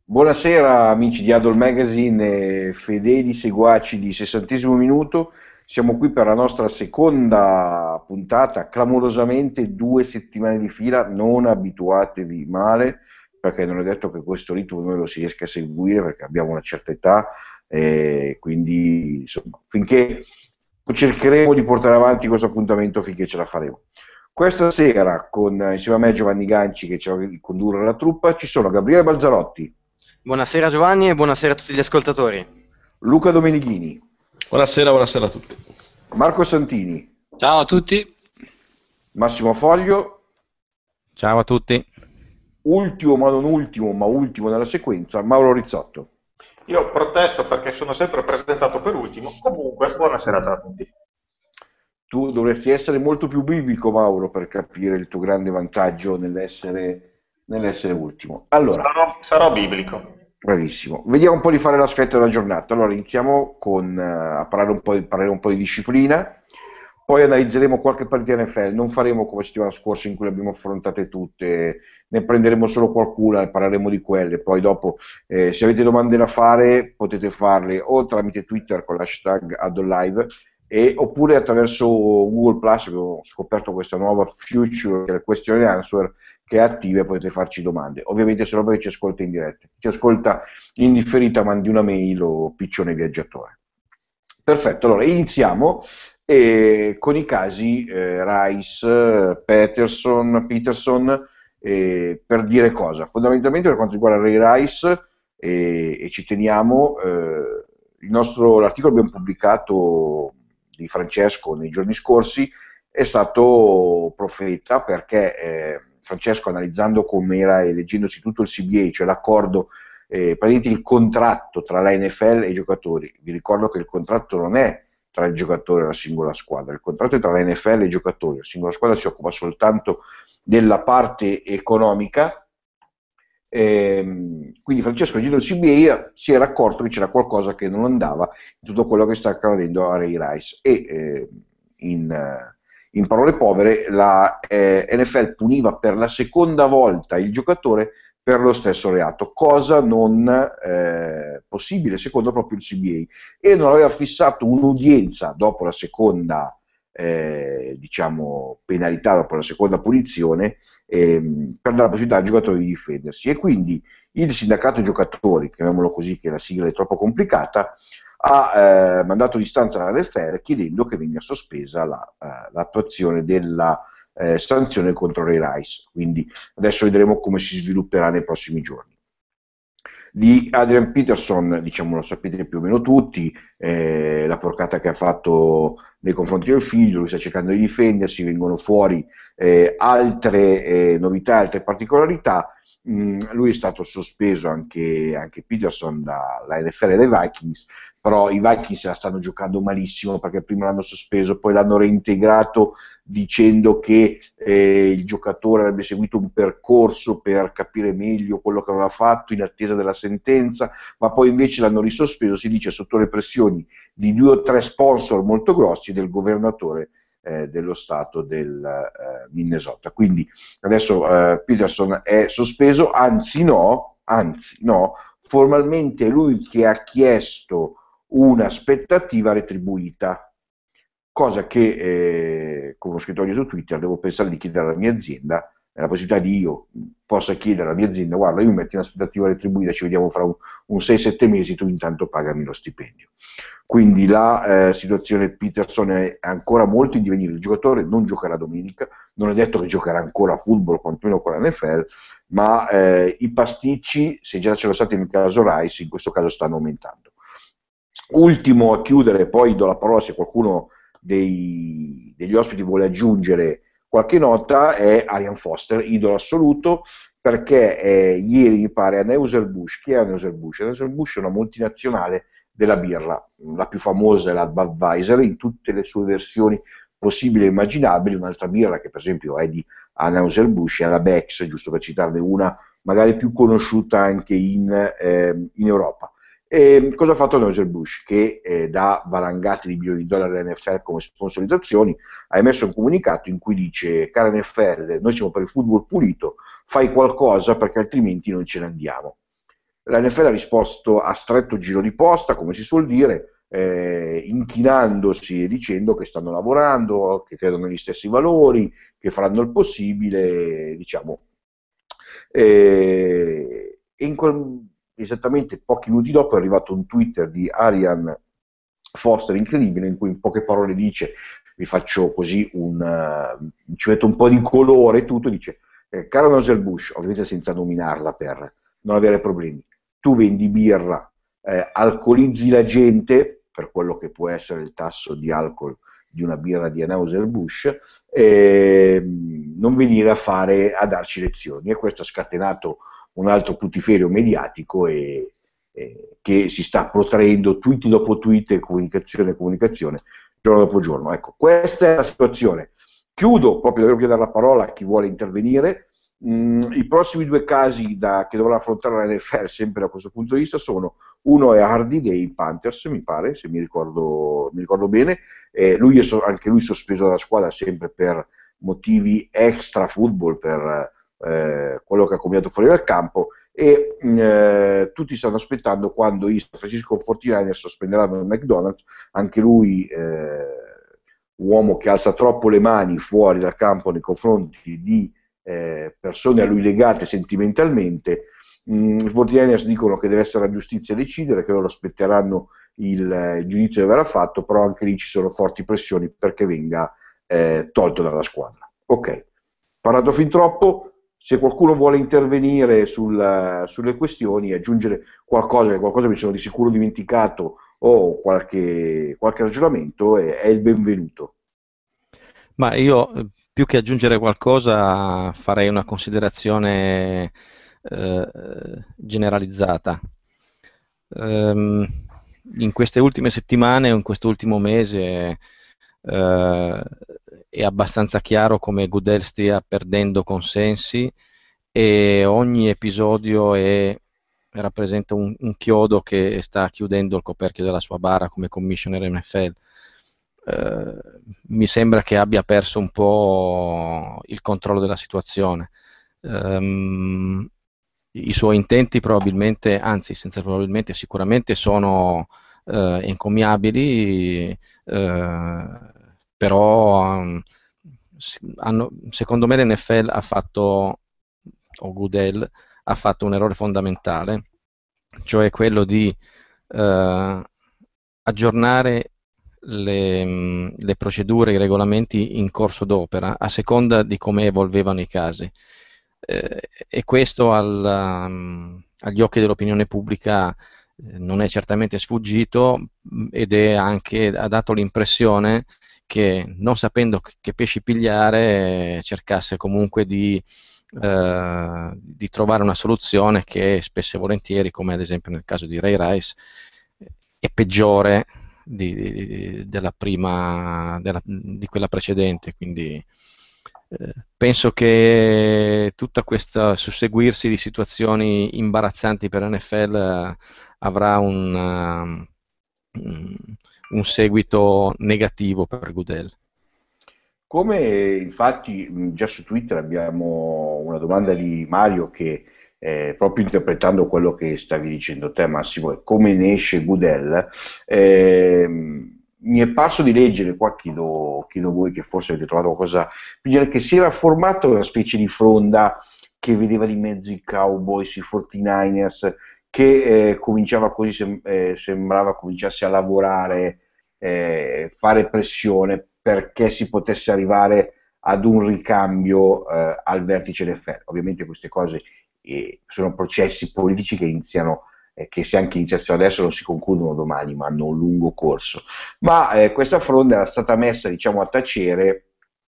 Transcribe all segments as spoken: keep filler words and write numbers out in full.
Buonasera amici di Adol Magazine e fedeli seguaci di sessantesimo minuto, siamo qui per la nostra seconda puntata, clamorosamente due settimane di fila, non abituatevi male perché non è detto che questo ritmo noi lo si riesca a seguire perché abbiamo una certa età e quindi insomma finché cercheremo di portare avanti questo appuntamento finché ce la faremo. Questa sera con, insieme a me Giovanni Ganci che ci va a condurre la truppa ci sono Gabriele Balzarotti, Buonasera Giovanni e buonasera a tutti gli ascoltatori. Luca Domenichini, Buonasera, buonasera a tutti. Marco Santini, Ciao a tutti. Massimo Foglio, Ciao a tutti. ultimo ma non ultimo, ma ultimo nella sequenza, Mauro Rizzotto. Io protesto perché sono sempre presentato per ultimo. Comunque, buona serata a tutti. Tu dovresti essere molto più biblico, Mauro, per capire il tuo grande vantaggio nell'essere, nell'essere ultimo. Allora, Sarò, sarò biblico. bravissimo. Vediamo un po' di fare la scaletta della giornata. Allora, iniziamo con, eh, a parlare un po' di, parlare un po' di disciplina, poi analizzeremo qualche partita N F L. Non faremo come settimana scorsa in cui le abbiamo affrontate tutte, ne prenderemo solo qualcuna e parleremo di quelle. Poi dopo, eh, se avete domande da fare, potete farle o tramite Twitter con l'hashtag AddonLive e, oppure attraverso Google Plus. Abbiamo scoperto questa nuova feature che è il question and answer, che è attiva e potete farci domande. Ovviamente se no voi ci ascolta in diretta, ci ascolta in differita mandi una mail o piccione viaggiatore. Perfetto, allora iniziamo eh, con i casi eh, Rice, Peterson, Peterson, eh, per dire cosa? Fondamentalmente per quanto riguarda Ray Rice, eh, e ci teniamo, eh, il nostro, l'articolo che abbiamo pubblicato di Francesco nei giorni scorsi è stato profeta perché eh, Francesco, analizzando com'era e leggendosi tutto il C B A, cioè l'accordo, eh, praticamente il contratto tra la N F L e i giocatori, vi ricordo che il contratto non è tra il giocatore e la singola squadra, il contratto è tra la N F L e i giocatori, la singola squadra si occupa soltanto della parte economica. Ehm, quindi Francesco, leggendo il C B A, si era accorto che c'era qualcosa che non andava in tutto quello che sta accadendo a Ray Rice e eh, in... Eh, in parole povere, la eh, N F L puniva per la seconda volta il giocatore per lo stesso reato, cosa non eh, possibile secondo proprio il C B A, e non aveva fissato un'udienza dopo la seconda eh, diciamo penalità, dopo la seconda punizione, ehm, per dare la possibilità al giocatore di difendersi. E quindi il sindacato giocatori, chiamiamolo così che la sigla è troppo complicata, ha eh, mandato l'istanza alla N F L chiedendo che venga sospesa la, eh, l'attuazione della eh, sanzione contro Ray Rice. Quindi adesso vedremo come si svilupperà nei prossimi giorni. Di Adrian Peterson, diciamo, lo sapete più o meno tutti, eh, la porcata che ha fatto nei confronti del figlio, lui sta cercando di difendersi, vengono fuori eh, altre eh, novità, altre particolarità. Mm, lui è stato sospeso anche, anche Peterson dalla N F L e dai Vikings, però i Vikings la stanno giocando malissimo perché prima l'hanno sospeso, poi l'hanno reintegrato dicendo che eh, il giocatore avrebbe seguito un percorso per capire meglio quello che aveva fatto in attesa della sentenza, ma poi invece l'hanno risospeso, si dice, sotto le pressioni di due o tre sponsor molto grossi del governatore eh, dello stato del eh, Minnesota. Quindi adesso eh, Peterson è sospeso, anzi no, anzi no, formalmente è lui che ha chiesto un'aspettativa retribuita, cosa che, eh, come ho scritto oggi su Twitter, devo pensare di chiedere alla mia azienda, nella possibilità di io possa chiedere alla mia azienda: guarda, io mi metti un'aspettativa retribuita, ci vediamo fra un, un sei sette mesi, tu intanto pagami lo stipendio. Quindi la eh, situazione Peterson è ancora molto in divenire, il giocatore non giocherà domenica, non è detto che giocherà ancora a football, quantomeno con la N F L, ma eh, i pasticci, se già ce lo stati nel caso Rice, in questo caso stanno aumentando. Ultimo a chiudere, poi do la parola se qualcuno dei, degli ospiti vuole aggiungere qualche nota, è Arian Foster, idolo assoluto, perché eh, ieri mi pare Anheuser-Busch, chi è Anheuser-Busch? Anheuser-Busch è una multinazionale della birra, la più famosa è la Budweiser in tutte le sue versioni possibili e immaginabili. Un'altra birra che per esempio è di Anheuser-Busch è la Beck's, giusto per citarne una magari più conosciuta anche in, eh, in Europa. E cosa ha fatto Anheuser-Busch? Che eh, da valangate di milioni di dollari all'N F L come sponsorizzazioni ha emesso un comunicato in cui dice: cara N F L, noi siamo per il football pulito, fai qualcosa perché altrimenti non ce ne andiamo. la N F L ha risposto a stretto giro di posta, come si suol dire, eh, inchinandosi e dicendo che stanno lavorando, che credono negli stessi valori, che faranno il possibile, diciamo. Eh, e in quel, esattamente pochi minuti dopo è arrivato un Twitter di Arian Foster incredibile, in cui in poche parole dice, vi faccio così un, uh, ci metto un po' di colore e tutto, dice, eh, caro Anheuser-Busch, ovviamente senza nominarla per non avere problemi, tu vendi birra, eh, alcolizzi la gente, per quello che può essere il tasso di alcol di una birra di Anheuser-Busch, eh, non venire a fare, a darci lezioni. E questo ha scatenato un altro putiferio mediatico e, eh, che si sta protraendo tweet dopo tweet e comunicazione comunicazione, giorno dopo giorno. Ecco, questa è la situazione. Chiudo, proprio devo chiedere la parola a chi vuole intervenire. Mm, I prossimi due casi da, che dovrà affrontare la N F L, sempre da questo punto di vista, sono: uno è Hardy dei Panthers, mi pare, se mi ricordo, mi ricordo bene, eh, lui è so, anche lui sospeso dalla squadra sempre per motivi extra football, per eh, quello che ha combinato fuori dal campo, e eh, tutti stanno aspettando quando i San Francisco quarantanovers sospenderanno il McDonald's, anche lui eh, uomo che alza troppo le mani fuori dal campo nei confronti di eh, persone a lui legate sentimentalmente. Mm, I quarantanovers dicono che deve essere la giustizia a decidere, che loro aspetteranno il, il giudizio che verrà fatto, però anche lì ci sono forti pressioni perché venga eh, tolto dalla squadra. Ok, parlato fin troppo. Se qualcuno vuole intervenire sul, sulle questioni, aggiungere qualcosa, che qualcosa mi sono di sicuro dimenticato, o qualche, qualche ragionamento, è, è il benvenuto. Ma io eh, più che aggiungere qualcosa farei una considerazione eh, generalizzata. Ehm, in queste ultime settimane o in questo ultimo mese eh, è abbastanza chiaro come Goodell stia perdendo consensi e ogni episodio è, rappresenta un, un chiodo che sta chiudendo il coperchio della sua bara come commissioner N F L. Eh, mi sembra che abbia perso un po' il controllo della situazione. Um, I suoi intenti probabilmente, anzi senza probabilmente, sicuramente sono eh, encomiabili, eh, però um, hanno, secondo me l'N F L ha fatto, o Goodell ha fatto un errore fondamentale, cioè quello di eh, aggiornare le, le procedure, i regolamenti in corso d'opera a seconda di come evolvevano i casi. Eh, e questo al, um, agli occhi dell'opinione pubblica eh, non è certamente sfuggito ed è anche, ha dato l'impressione che, non sapendo che pesci pigliare, eh, cercasse comunque di, eh, di trovare una soluzione che spesso e volentieri, come ad esempio nel caso di Ray Rice, è peggiore di, di, della prima, della, di quella precedente. Quindi eh, penso che tutta questa susseguirsi di situazioni imbarazzanti per l'N F L eh, avrà un, um, un seguito negativo per Goodell. Come infatti già su Twitter abbiamo una domanda di Mario che eh, proprio interpretando quello che stavi dicendo te, Massimo, è come ne esce Goodell. Eh, mi è parso di leggere, qua chiedo, chiedo voi che forse avete trovato qualcosa, che si era formato una specie di fronda che vedeva di mezzo i Cowboys, i quarantanovers, che eh, cominciava così, sem- eh, sembrava cominciasse a lavorare, eh, fare pressione perché si potesse arrivare ad un ricambio eh, al vertice N F L. Ovviamente queste cose eh, sono processi politici che iniziano, eh, che se anche iniziassero adesso non si concludono domani, ma hanno un lungo corso. Ma eh, questa fronda era stata messa, diciamo, a tacere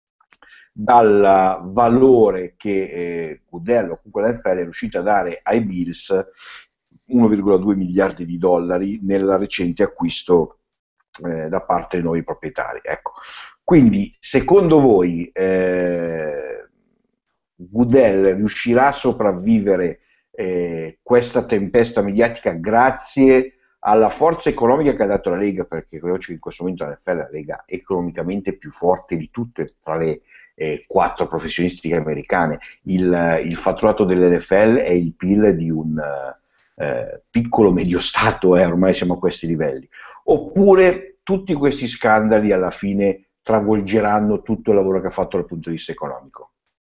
dal valore che eh, Goodell o comunque l'N F L è riuscita a dare ai Bills, uno virgola due miliardi di dollari nel recente acquisto eh, da parte dei nuovi proprietari. Ecco. Quindi, secondo voi, eh, Goodell riuscirà a sopravvivere eh, questa tempesta mediatica grazie alla forza economica che ha dato la Lega? Perché credo che in questo momento la N F L è la Lega economicamente più forte di tutte tra le eh, quattro professionistiche americane. Il, il fatturato dell'N F L è il P I L di un, eh, piccolo-medio Stato, eh, ormai siamo a questi livelli, oppure tutti questi scandali alla fine travolgeranno tutto il lavoro che ha fatto dal punto di vista economico?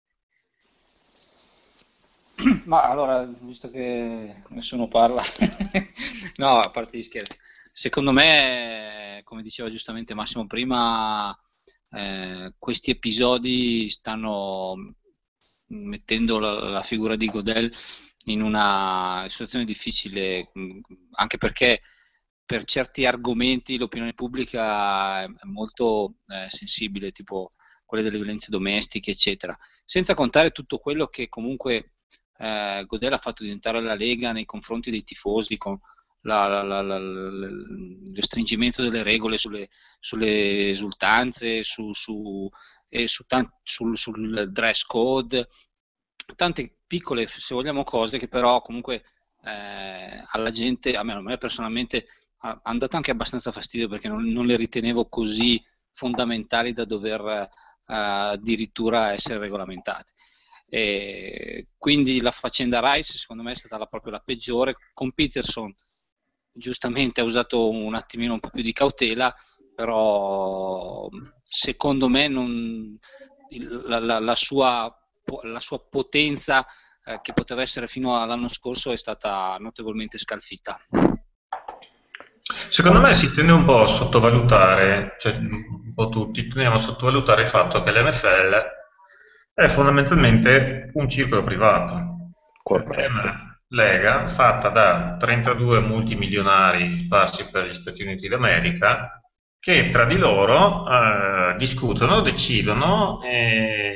Ma allora, visto che nessuno parla, no, a parte gli scherzi, secondo me, come diceva giustamente Massimo prima, eh, questi episodi stanno mettendo la, la figura di Godel in una situazione difficile, anche perché per certi argomenti l'opinione pubblica è molto eh, sensibile, tipo quelle delle violenze domestiche, eccetera, senza contare tutto quello che comunque eh, Godel ha fatto diventare la Lega nei confronti dei tifosi, con la, la, la, la, la, lo stringimento delle regole sulle, sulle esultanze, su, su, e su tan- sul, sul dress code, tante piccole, se vogliamo, cose che però comunque eh, alla gente, a me, a me personalmente, ha, hanno dato anche abbastanza fastidio, perché non, non le ritenevo così fondamentali da dover eh, addirittura essere regolamentate. E quindi la faccenda Rice secondo me è stata la, proprio la peggiore. Con Peterson giustamente ha usato un attimino un po' più di cautela, però secondo me non, la, la, la, sua, la sua potenza eh, che poteva essere fino all'anno scorso è stata notevolmente scalfita. Secondo me si tende un po' a sottovalutare, cioè un po' tutti tendiamo a sottovalutare il fatto che l'N F L è fondamentalmente un circolo privato. Corretto. È una lega fatta da trentadue multimilionari sparsi per gli Stati Uniti d'America che tra di loro eh, discutono, decidono e,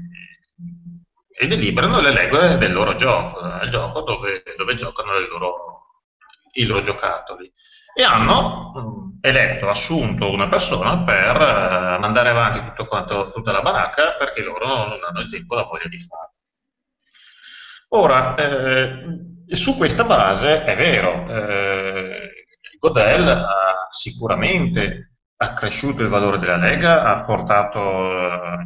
e deliberano le regole del loro gioco, il gioco dove, dove giocano le loro, i loro giocattoli. E hanno mh, eletto, assunto una persona per eh, mandare avanti tutto quanto, tutta la baracca, perché loro non hanno il tempo e la voglia di farlo. Ora, eh, su questa base è vero, eh, Godel ha sicuramente accresciuto il valore della Lega, ha portato eh,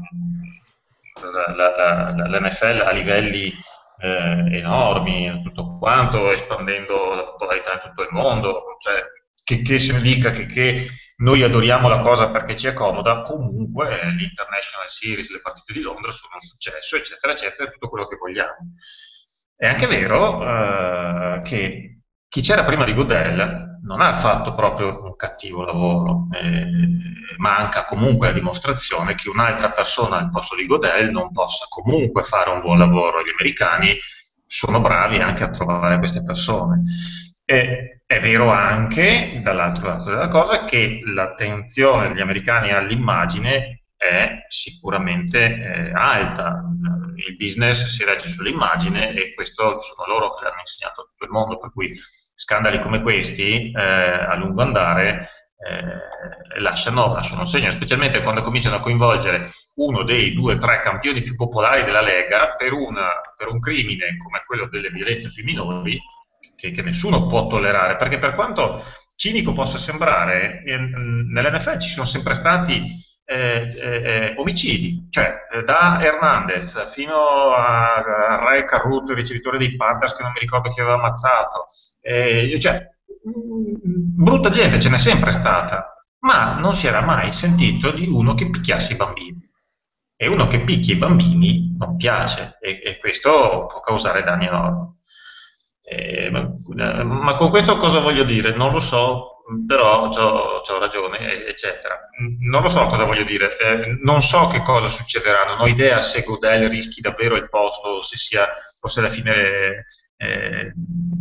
l'N F L a livelli eh, enormi, tutto quanto, espandendo la popolarità in tutto il mondo, cioè, che, che se ne dica che, che noi adoriamo la cosa perché ci è comoda, comunque l'International Series, le partite di Londra sono un successo, eccetera, eccetera, tutto quello che vogliamo. È anche vero eh, che chi c'era prima di Godel non ha fatto proprio un cattivo lavoro, eh, manca comunque la dimostrazione che un'altra persona al posto di Godel non possa comunque fare un buon lavoro. Gli americani sono bravi anche a trovare queste persone. E, è vero anche, dall'altro lato della cosa, che l'attenzione degli americani all'immagine è sicuramente eh, alta. Il business si regge sull'immagine e questo sono loro che l'hanno insegnato a tutto il mondo, per cui scandali come questi eh, a lungo andare eh, lasciano, lasciano un segno, specialmente quando cominciano a coinvolgere uno dei due o tre campioni più popolari della Lega per, una, per un crimine come quello delle violenze sui minori che, che nessuno può tollerare, perché per quanto cinico possa sembrare, eh, nell'N F L ci sono sempre stati Eh, eh, omicidi, cioè eh, da Hernandez fino a, a Ray Carruth, il ricevitore dei Panthers che non mi ricordo chi aveva ammazzato, eh, cioè mh, brutta gente ce n'è sempre stata, ma non si era mai sentito di uno che picchiasse i bambini, e uno che picchia i bambini non piace e, e questo può causare danni enormi. Eh, ma, ma con questo cosa voglio dire? Non lo so, però ho ragione, eccetera. Non lo so cosa voglio dire, eh, non so che cosa succederà, non ho idea se Godel rischi davvero il posto, se sia, o se alla fine eh,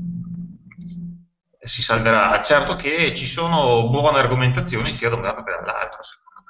si salverà. Certo che ci sono buone argomentazioni sia da un lato che dall'altro, secondo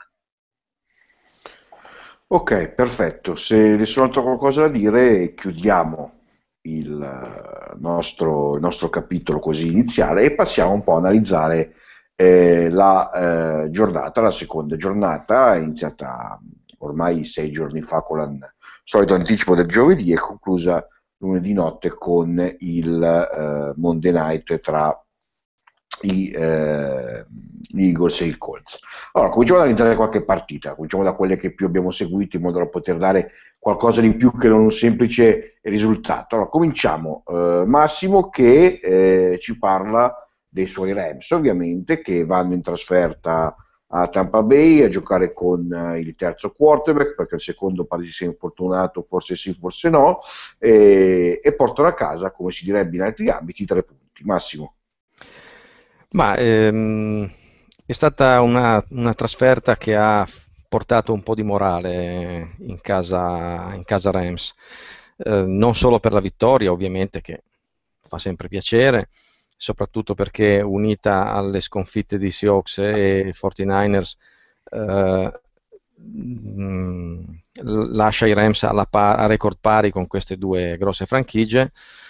me. Ok, perfetto. Se nessuno altro ha qualcosa da dire, chiudiamo il nostro, il nostro capitolo così iniziale e passiamo un po' a analizzare eh, la eh, giornata, la seconda giornata, è iniziata ormai sei giorni fa con il solito anticipo del giovedì e conclusa lunedì notte con il eh, Monday Night tra i, eh, gli Eagles e il Colts. Allora, cominciamo ad analizzare qualche partita, cominciamo da quelle che più abbiamo seguito in modo da poter dare qualcosa di più che non un semplice risultato. Allora, cominciamo, eh, Massimo che eh, ci parla dei suoi Rams, ovviamente, che vanno in trasferta a Tampa Bay a giocare con uh, il terzo quarterback, perché il secondo pare si sia infortunato, forse sì, forse no, e, e portano a casa, come si direbbe in altri ambiti, tre punti. Massimo. Ma ehm, è stata una, una trasferta che ha portato un po' di morale in casa, in casa Rams, eh, non solo per la vittoria, ovviamente, che fa sempre piacere, soprattutto perché unita alle sconfitte di Seahawks e quarantanovers eh, mh, lascia i Rams alla pa- a record pari con queste due grosse franchigie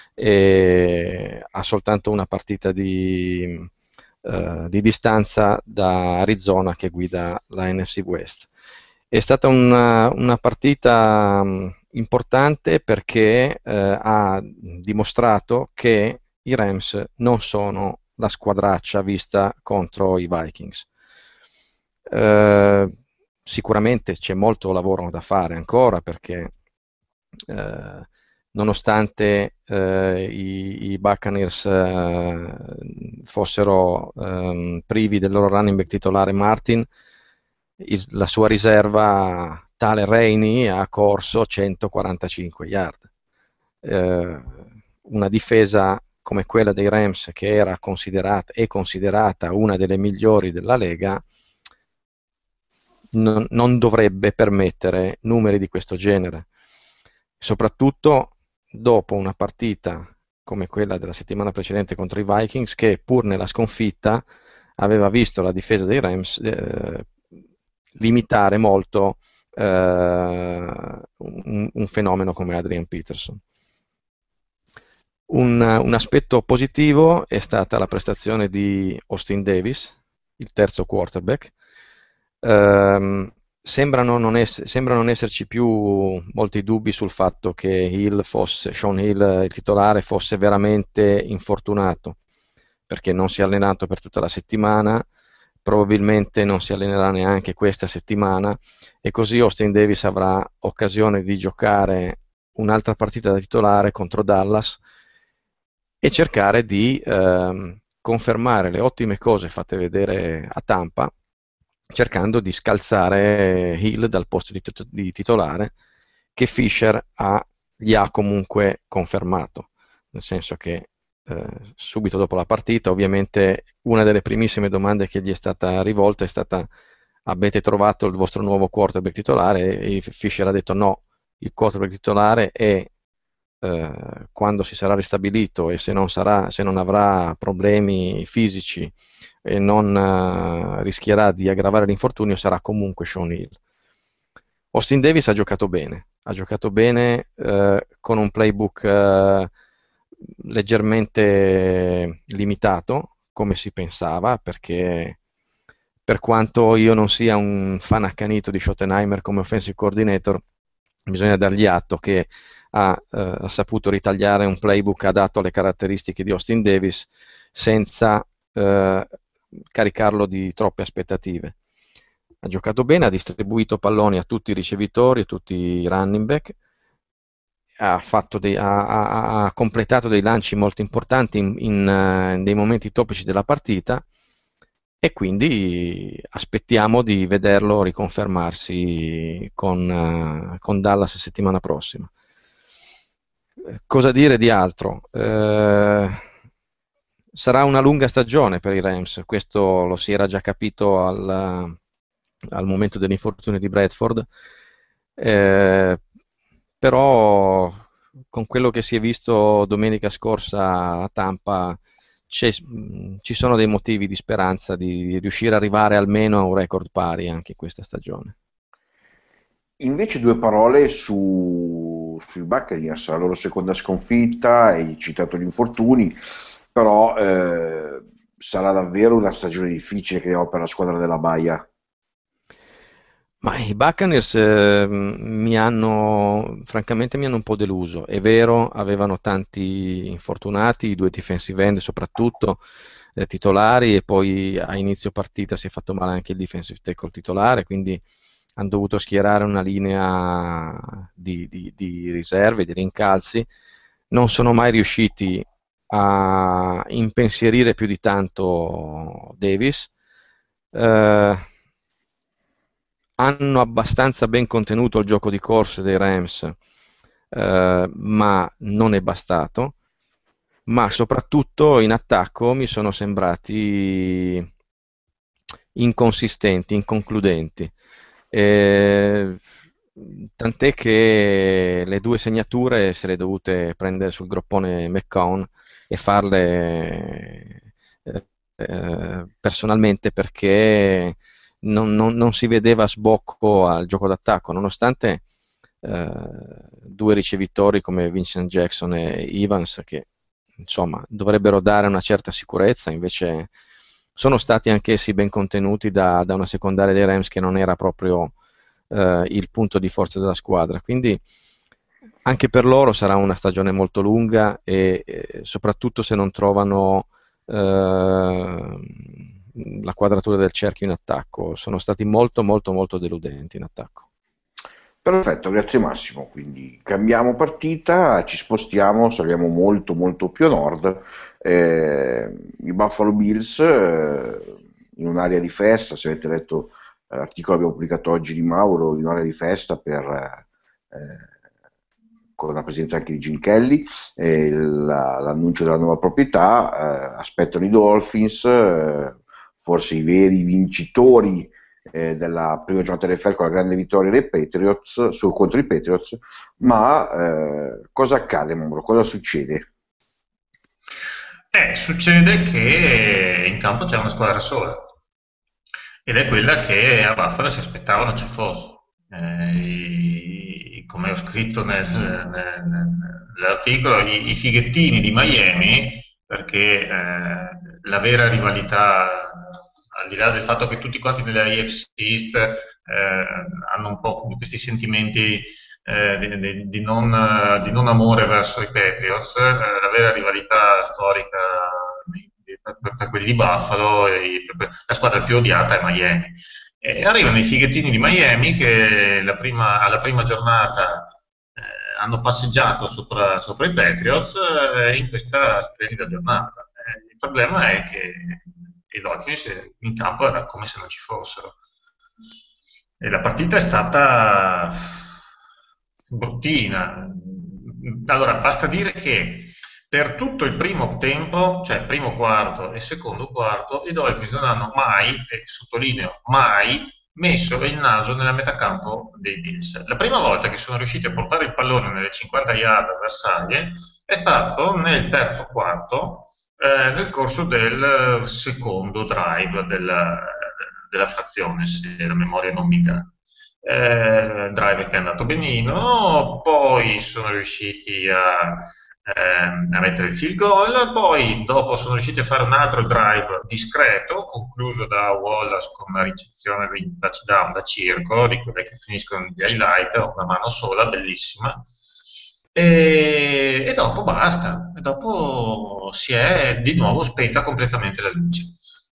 e ha soltanto una partita di, eh, di distanza da Arizona che guida la N F C West. È stata una, una partita mh, importante perché eh, ha dimostrato che i Rams non sono la squadraccia vista contro i Vikings. Eh, sicuramente c'è molto lavoro da fare ancora perché eh, nonostante eh, i, i Buccaneers eh, fossero eh, privi del loro running back titolare Martin, il, la sua riserva tale Rainey ha corso centoquarantacinque yard. Eh, una difesa come quella dei Rams, che era considerata, è considerata una delle migliori della Lega, non, non dovrebbe permettere numeri di questo genere, soprattutto dopo una partita come quella della settimana precedente contro i Vikings, che pur nella sconfitta aveva visto la difesa dei Rams eh, limitare molto eh, un, un fenomeno come Adrian Peterson. Un, un aspetto positivo è stata la prestazione di Austin Davis, il terzo quarterback. Um, sembrano, non ess- sembrano non esserci più molti dubbi sul fatto che Hill fosse, Sean Hill, il titolare, fosse veramente infortunato, perché non si è allenato per tutta la settimana, probabilmente non si allenerà neanche questa settimana, e così Austin Davis avrà occasione di giocare un'altra partita da titolare contro Dallas e cercare di ehm, confermare le ottime cose fatte vedere a Tampa, cercando di scalzare Hill dal posto di, tit- di titolare che Fisher ha, gli ha comunque confermato, nel senso che eh, subito dopo la partita, ovviamente una delle primissime domande che gli è stata rivolta è stata: avete trovato il vostro nuovo quarterback titolare? E Fisher ha detto no, il quarterback titolare è eh, quando si sarà ristabilito e se non, sarà, se non avrà problemi fisici e non uh, rischierà di aggravare l'infortunio, sarà comunque Sean Hill. Austin Davis ha giocato bene, ha giocato bene uh, con un playbook uh, leggermente limitato, come si pensava, perché per quanto io non sia un fan accanito di Schottenheimer come offensive coordinator, bisogna dargli atto che ha, uh, ha saputo ritagliare un playbook adatto alle caratteristiche di Austin Davis senza uh, caricarlo di troppe aspettative. Ha giocato bene, ha distribuito palloni a tutti i ricevitori, a tutti i running back, ha, fatto dei, ha, ha, ha completato dei lanci molto importanti in, in, uh, in dei momenti topici della partita, e quindi aspettiamo di vederlo riconfermarsi con, uh, con Dallas settimana prossima. Cosa dire di altro? Eh, sarà una lunga stagione per i Rams, questo lo si era già capito al, al momento dell'infortunio di Bradford, eh, però con quello che si è visto domenica scorsa a Tampa ci sono dei motivi di speranza di riuscire ad arrivare almeno a un record pari anche questa stagione. Invece due parole su, sui Buccaneers, la loro seconda sconfitta, hai citato gli infortuni, però eh, sarà davvero una stagione difficile che ho per la squadra della Baia. Ma i Buccaneers eh, mi hanno, francamente mi hanno un po' deluso. È vero, avevano tanti infortunati, i due defensive end soprattutto, eh, titolari, e poi a inizio partita si è fatto male anche il defensive tackle titolare, quindi hanno dovuto schierare una linea di, di, di riserve, di rincalzi. Non sono mai riusciti a impensierire più di tanto Davis. Eh, hanno abbastanza ben contenuto il gioco di corse dei Rams, eh, ma non è bastato. Ma soprattutto in attacco mi sono sembrati inconsistenti, inconcludenti. Eh, tant'è che le due segnature se le dovute prendere sul groppone McCown e farle eh, eh, personalmente, perché non, non- non si vedeva sbocco al gioco d'attacco, nonostante eh, due ricevitori come Vincent Jackson e Evans, che insomma dovrebbero dare una certa sicurezza, invece sono stati anch'essi ben contenuti da, da una secondaria dei Rams che non era proprio eh, il punto di forza della squadra. Quindi anche per loro sarà una stagione molto lunga, e, e soprattutto se non trovano eh, la quadratura del cerchio in attacco. Sono stati molto molto molto deludenti in attacco. Perfetto, grazie Massimo. Quindi cambiamo partita, ci spostiamo, saliamo molto molto più a nord. Eh, I Buffalo Bills, eh, in un'area di festa, se avete letto eh, l'articolo che abbiamo pubblicato oggi di Mauro, in un'area di festa per, eh, con la presenza anche di Gene Kelly, eh, la- l'annuncio della nuova proprietà, eh, aspettano i Dolphins, eh, forse i veri vincitori eh, della prima giornata del N F L con la grande vittoria dei Patriots su, contro i Patriots, ma eh, cosa accade, Mauro? Cosa succede? Eh, succede che in campo c'è una squadra sola, ed è quella che a Buffalo si aspettavano ci fosse. Eh, i- come ho scritto nel- nel- nell'articolo, i, i fighettini di Miami, perché eh, la vera rivalità, al di là del fatto che tutti quanti nella A F C East eh, hanno un po' questi sentimenti eh, di, di- di non, eh, di non amore verso i Patriots, eh, la vera rivalità storica di- di- per, per quelli di Buffalo, e per- la squadra più odiata è Miami. E arrivano i fighettini di Miami che la prima- alla prima giornata eh, hanno passeggiato sopra, sopra i Patriots eh, in questa splendida giornata. Eh, il problema è che i Dolphins in campo era come se non ci fossero. E la partita è stata bruttina. Allora, basta dire che per tutto il primo tempo, cioè primo quarto e secondo quarto, i Dolphins non hanno mai, e sottolineo mai, messo il naso nella metacampo dei Bills. La prima volta che sono riusciti a portare il pallone nelle cinquanta yard avversarie è stato nel terzo quarto, eh, nel corso del secondo drive della, della frazione, se la memoria non mi inganna. Eh, drive che è andato benino, poi sono riusciti a, ehm, a mettere il field goal, poi dopo sono riusciti a fare un altro drive discreto, concluso da Wallace con una ricezione di touchdown da circo, di quelle che finiscono gli highlight, una mano sola, bellissima. E, e dopo basta, e dopo si è di nuovo spenta completamente la luce.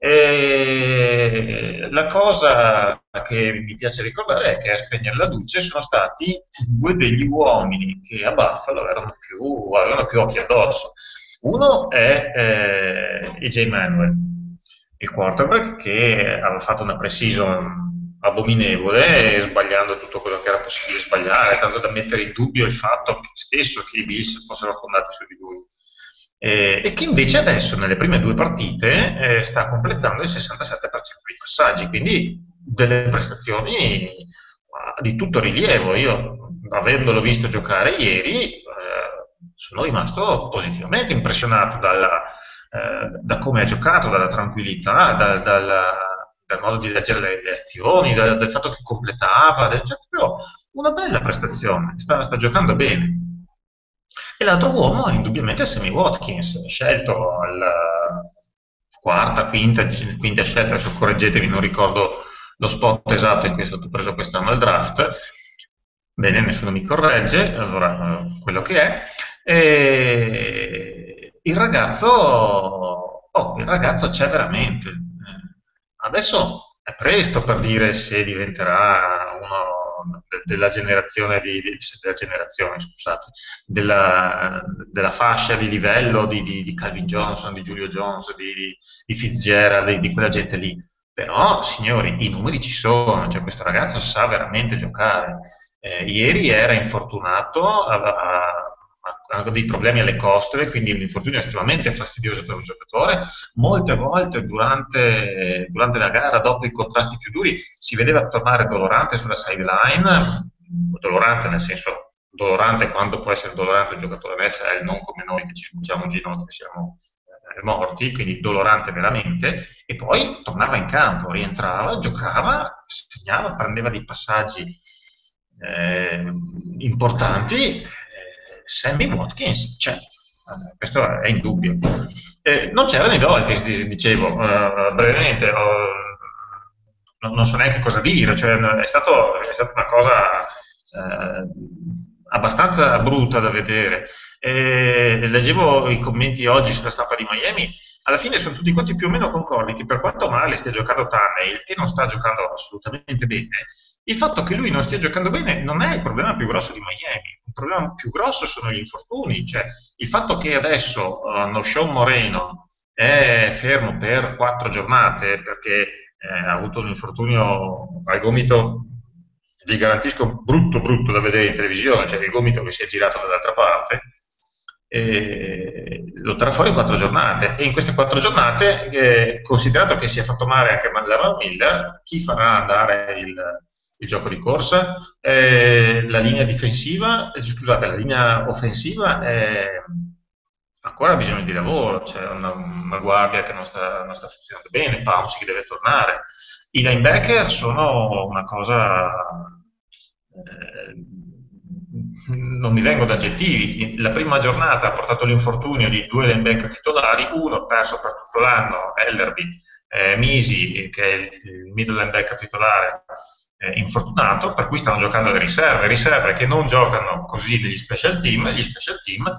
E la cosa che mi piace ricordare è che a spegnere la luce sono stati due degli uomini che a Buffalo erano più, avevano più occhi addosso. Uno è eh, A J Manuel, il quarterback, che aveva fatto una pre-season abominevole, sbagliando tutto quello che era possibile sbagliare, tanto da mettere in dubbio il fatto che stesso che i Bills fossero fondati su di lui. Eh, e che invece adesso nelle prime due partite eh, sta completando il sessantasette per cento dei passaggi, quindi delle prestazioni eh, di tutto rilievo. Io, avendolo visto giocare ieri, eh, sono rimasto positivamente impressionato dalla, eh, da come ha giocato, dalla tranquillità, da- dalla- dal modo di leggere le, le azioni, da- dal fatto che completava, del- cioè, proprio una bella prestazione, sta, sta giocando bene. E l'altro uomo è indubbiamente Sammy Watkins, scelto alla quarta, quinta, quinta scelta, adesso correggetemi, non ricordo lo spot esatto in cui è stato preso quest'anno al draft. Bene, nessuno mi corregge, allora eh, quello che è. E il ragazzo oh, il ragazzo c'è veramente. Eh, Adesso è presto per dire se diventerà uno de- della generazione di, di- della generazione, scusate, della, della fascia di livello di, di- di Calvin Johnson, di Julio Jones, di, di, di Fitzgerald, di, di quella gente lì. Però, signori, i numeri ci sono, cioè questo ragazzo sa veramente giocare. Eh, ieri era infortunato, aveva ha dei problemi alle costole, quindi un infortunio estremamente fastidioso per un giocatore. Molte volte durante, durante la gara, dopo i contrasti più duri, si vedeva tornare dolorante sulla sideline, dolorante nel senso dolorante quando può essere dolorante un giocatore N F L, non come noi che ci spugiamo un ginocchio che siamo eh, morti, quindi dolorante veramente, e poi tornava in campo, rientrava, giocava, segnava, prendeva dei passaggi eh, importanti. eh, Sammy Watkins c'è, eh, questo è indubbio. Eh, non c'erano i Dolphins, di- dicevo, eh, brevemente, ho- non, non so neanche cosa dire, cioè, è stato, è stata una cosa eh, abbastanza brutta da vedere. E leggevo i commenti oggi sulla stampa di Miami, alla fine sono tutti quanti più o meno concordi che per quanto male stia giocando Tannehill e non sta giocando assolutamente bene, il fatto che lui non stia giocando bene non è il problema più grosso di Miami, il problema più grosso sono gli infortuni, cioè il fatto che adesso uh, Noshawn Moreno è fermo per quattro giornate perché eh, ha avuto un infortunio al gomito, vi garantisco brutto brutto da vedere in televisione, cioè il gomito che si è girato dall'altra parte, e lo terrà fuori in quattro giornate e in queste quattro giornate, eh, considerato che si è fatto male anche Lamar Miller, chi farà andare il, il gioco di corsa? Eh, la linea difensiva, eh, scusate, la linea offensiva è ancora ha bisogno di lavoro, c'è una, una guardia che non sta, non sta funzionando bene, Pouncey che deve tornare. I linebacker sono una cosa, eh, non mi vengono da aggettivi. La prima giornata ha portato l'infortunio di due linebacker titolari, uno perso per tutto l'anno, Ellerby, eh, Misi, che è il, il middle linebacker titolare, eh, infortunato, per cui stanno giocando le riserve, riserve che non giocano così degli special team, gli special team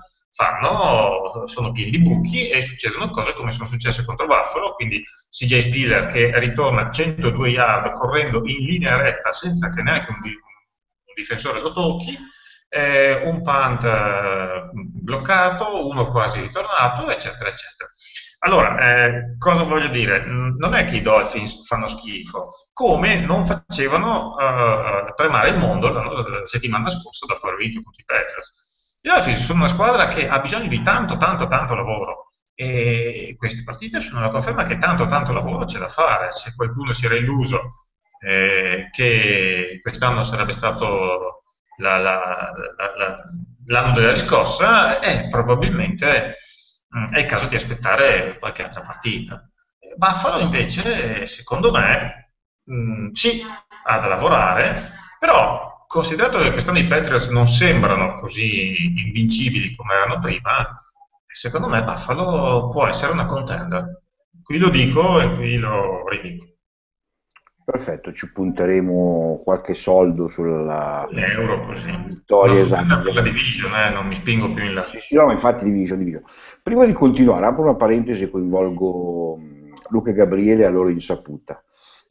fanno, sono pieni di buchi e succedono cose come sono successe contro Buffalo, quindi C J Spiller che ritorna centodue yard correndo in linea retta senza che neanche un, un difensore lo tocchi, eh, un punt eh, bloccato, uno quasi ritornato, eccetera, eccetera. Allora, eh, cosa voglio dire? Non è che i Dolphins fanno schifo, come non facevano uh, tremare il mondo la, la settimana scorsa dopo aver vinto contro i Patriots. I Dolphins sono una squadra che ha bisogno di tanto, tanto, tanto lavoro e queste partite sono la conferma che tanto, tanto lavoro c'è da fare. Se qualcuno si era illuso eh, che quest'anno sarebbe stato la, la, la, la, l'anno della riscossa, eh, probabilmente mh, è il caso di aspettare qualche altra partita. Buffalo invece, secondo me, mh, sì, ha da lavorare, però considerato che quest'anno i Patriots non sembrano così invincibili come erano prima, secondo me Buffalo può essere una contender. Qui lo dico e qui lo ridico. Perfetto, ci punteremo qualche soldo sulla L'euro così. vittoria esatta. Per la division, eh, non mi spingo più in là. Sì, sì, no, ma infatti division, division. Prima di continuare, apro una parentesi e coinvolgo mh, Luca e Gabriele a loro insaputa.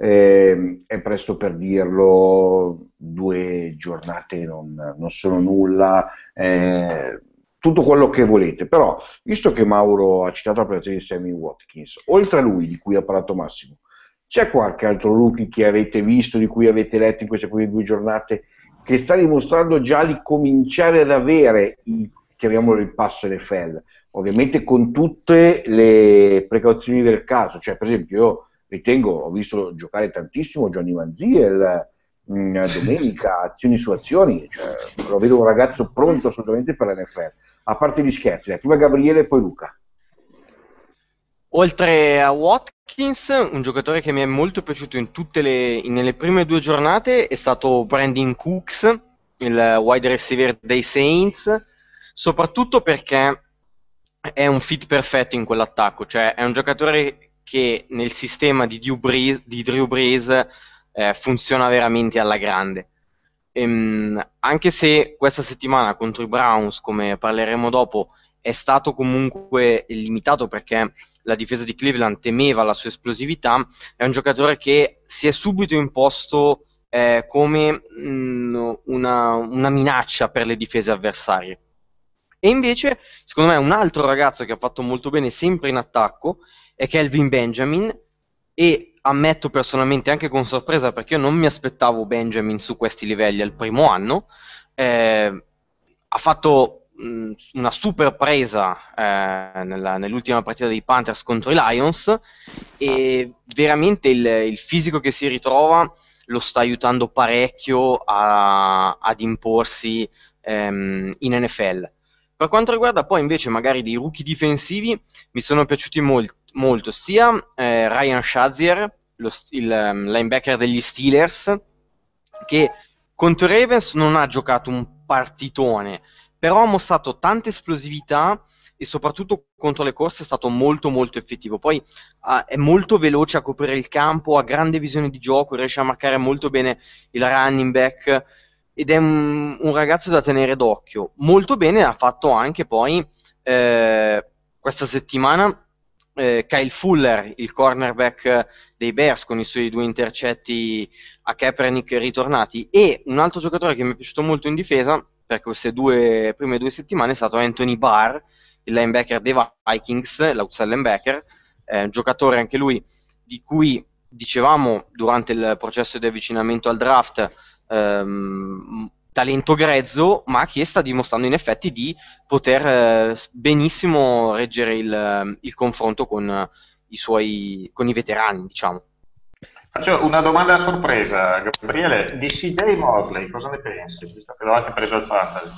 Eh, è presto per dirlo, due giornate non, non sono nulla, eh, tutto quello che volete, però visto che Mauro ha citato la prestazione di Sammy Watkins, oltre a lui di cui ha parlato Massimo, c'è qualche altro rookie che avete visto, di cui avete letto in queste prime due giornate, che sta dimostrando già di cominciare ad avere il, chiamiamolo il passo N F L, ovviamente con tutte le precauzioni del caso, cioè per esempio io ritengo, ho visto giocare tantissimo Johnny Manziel mh, domenica, azioni su azioni, cioè, lo vedo un ragazzo pronto assolutamente per l'N F L, a parte gli scherzi, prima Gabriele e poi Luca. Oltre a Watkins, un giocatore che mi è molto piaciuto in tutte le, nelle prime due giornate è stato Brandon Cooks, il wide receiver dei Saints, soprattutto perché è un fit perfetto in quell'attacco, cioè è un giocatore che nel sistema di Drew Brees, di Drew Brees eh, funziona veramente alla grande. Ehm, anche se questa settimana contro i Browns, come parleremo dopo, è stato comunque limitato perché la difesa di Cleveland temeva la sua esplosività. È un giocatore che si è subito imposto eh, come mh, una, una minaccia per le difese avversarie. E invece, secondo me, un altro ragazzo che ha fatto molto bene sempre in attacco è Kelvin Benjamin, e ammetto personalmente anche con sorpresa, perché io non mi aspettavo Benjamin su questi livelli al primo anno. eh, ha fatto mh, una super presa eh, nella- nell'ultima partita dei Panthers contro i Lions, e veramente il, il fisico che si ritrova lo sta aiutando parecchio a- ad imporsi ehm, in N F L. Per quanto riguarda poi invece magari dei rookie difensivi, mi sono piaciuti mol- molto sia eh, Ryan Shazier, lo st- il um, linebacker degli Steelers, che contro i Ravens non ha giocato un partitone, però ha mostrato tanta esplosività e soprattutto contro le corse è stato molto molto effettivo. Poi ah, è molto veloce a coprire il campo, ha grande visione di gioco, riesce a marcare molto bene il running back, ed è un, un ragazzo da tenere d'occhio. Molto bene ha fatto anche poi eh, questa settimana eh, Kyle Fuller, il cornerback dei Bears, con i suoi due intercetti a Kaepernick ritornati. E un altro giocatore che mi è piaciuto molto in difesa per queste due, prime due settimane è stato Anthony Barr, il linebacker dei Vikings, l'outside linebacker, eh, un giocatore anche lui di cui dicevamo durante il processo di avvicinamento al draft, ehm, talento grezzo, ma che sta dimostrando in effetti di poter eh, benissimo reggere il, il confronto con eh, i suoi con i veterani, diciamo. Faccio una domanda a sorpresa, Gabriele, di C J Mosley, cosa ne pensi? Visto che l'ho anche preso al fantasy.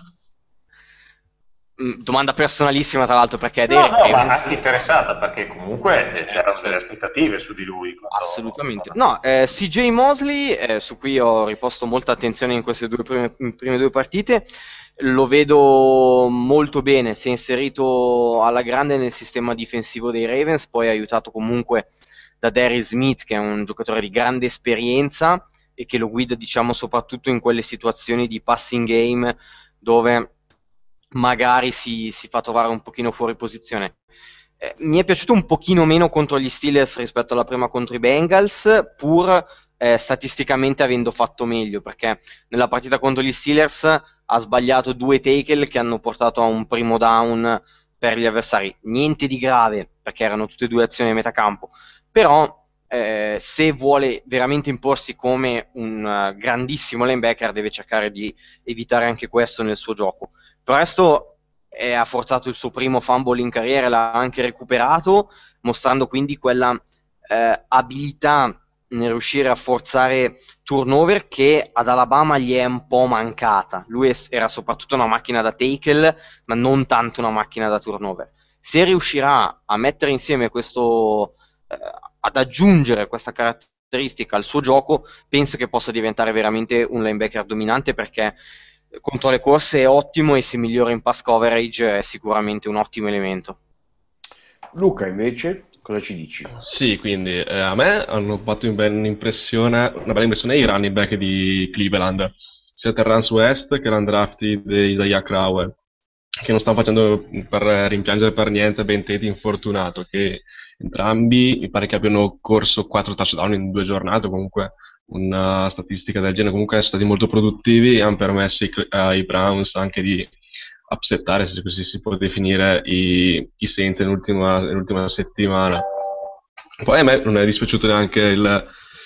Mm, Domanda personalissima, tra l'altro, perché è dei No, no, ma Ravens. anche interessata, perché comunque eh, c'erano delle aspettative su di lui. Quando... Assolutamente. No, eh, C J Mosley, eh, su cui ho riposto molta attenzione in queste due prime, in prime due partite, lo vedo molto bene, si è inserito alla grande nel sistema difensivo dei Ravens, poi è aiutato comunque da Darius Smith, che è un giocatore di grande esperienza e che lo guida, diciamo, soprattutto in quelle situazioni di passing game dove magari si, si fa trovare un pochino fuori posizione. Eh, mi è piaciuto un pochino meno contro gli Steelers rispetto alla prima contro i Bengals, pur eh, statisticamente avendo fatto meglio, perché nella partita contro gli Steelers ha sbagliato due tackle che hanno portato a un primo down per gli avversari. Niente di grave, perché erano tutte e due azioni a metà campo, però eh, se vuole veramente imporsi come un uh, grandissimo linebacker deve cercare di evitare anche questo nel suo gioco. Per il resto eh, ha forzato il suo primo fumble in carriera, l'ha anche recuperato, mostrando quindi quella eh, abilità nel riuscire a forzare turnover che ad Alabama gli è un po' mancata. Lui es- era soprattutto una macchina da tackle, ma non tanto una macchina da turnover. Se riuscirà a mettere insieme questo, eh, ad aggiungere questa caratteristica al suo gioco, penso che possa diventare veramente un linebacker dominante, perché contro le corse è ottimo e se migliora in pass coverage è sicuramente un ottimo elemento. Luca, invece, cosa ci dici? Sì, quindi eh, a me hanno fatto un bel- un'impressione, una bella impressione i running back di Cleveland, sia Terrence West che l'undrafted di Isaiah Crowell, che non stanno facendo per rimpiangere per niente Ben Tate infortunato, che entrambi mi pare che abbiano corso quattro touchdown in due giornate, comunque una statistica del genere, comunque sono stati molto produttivi e hanno permesso ai, ai Browns anche di upsettare, se così si può definire, i, i Saints nell'ultima, nell'ultima settimana. Poi a me non è dispiaciuto neanche il,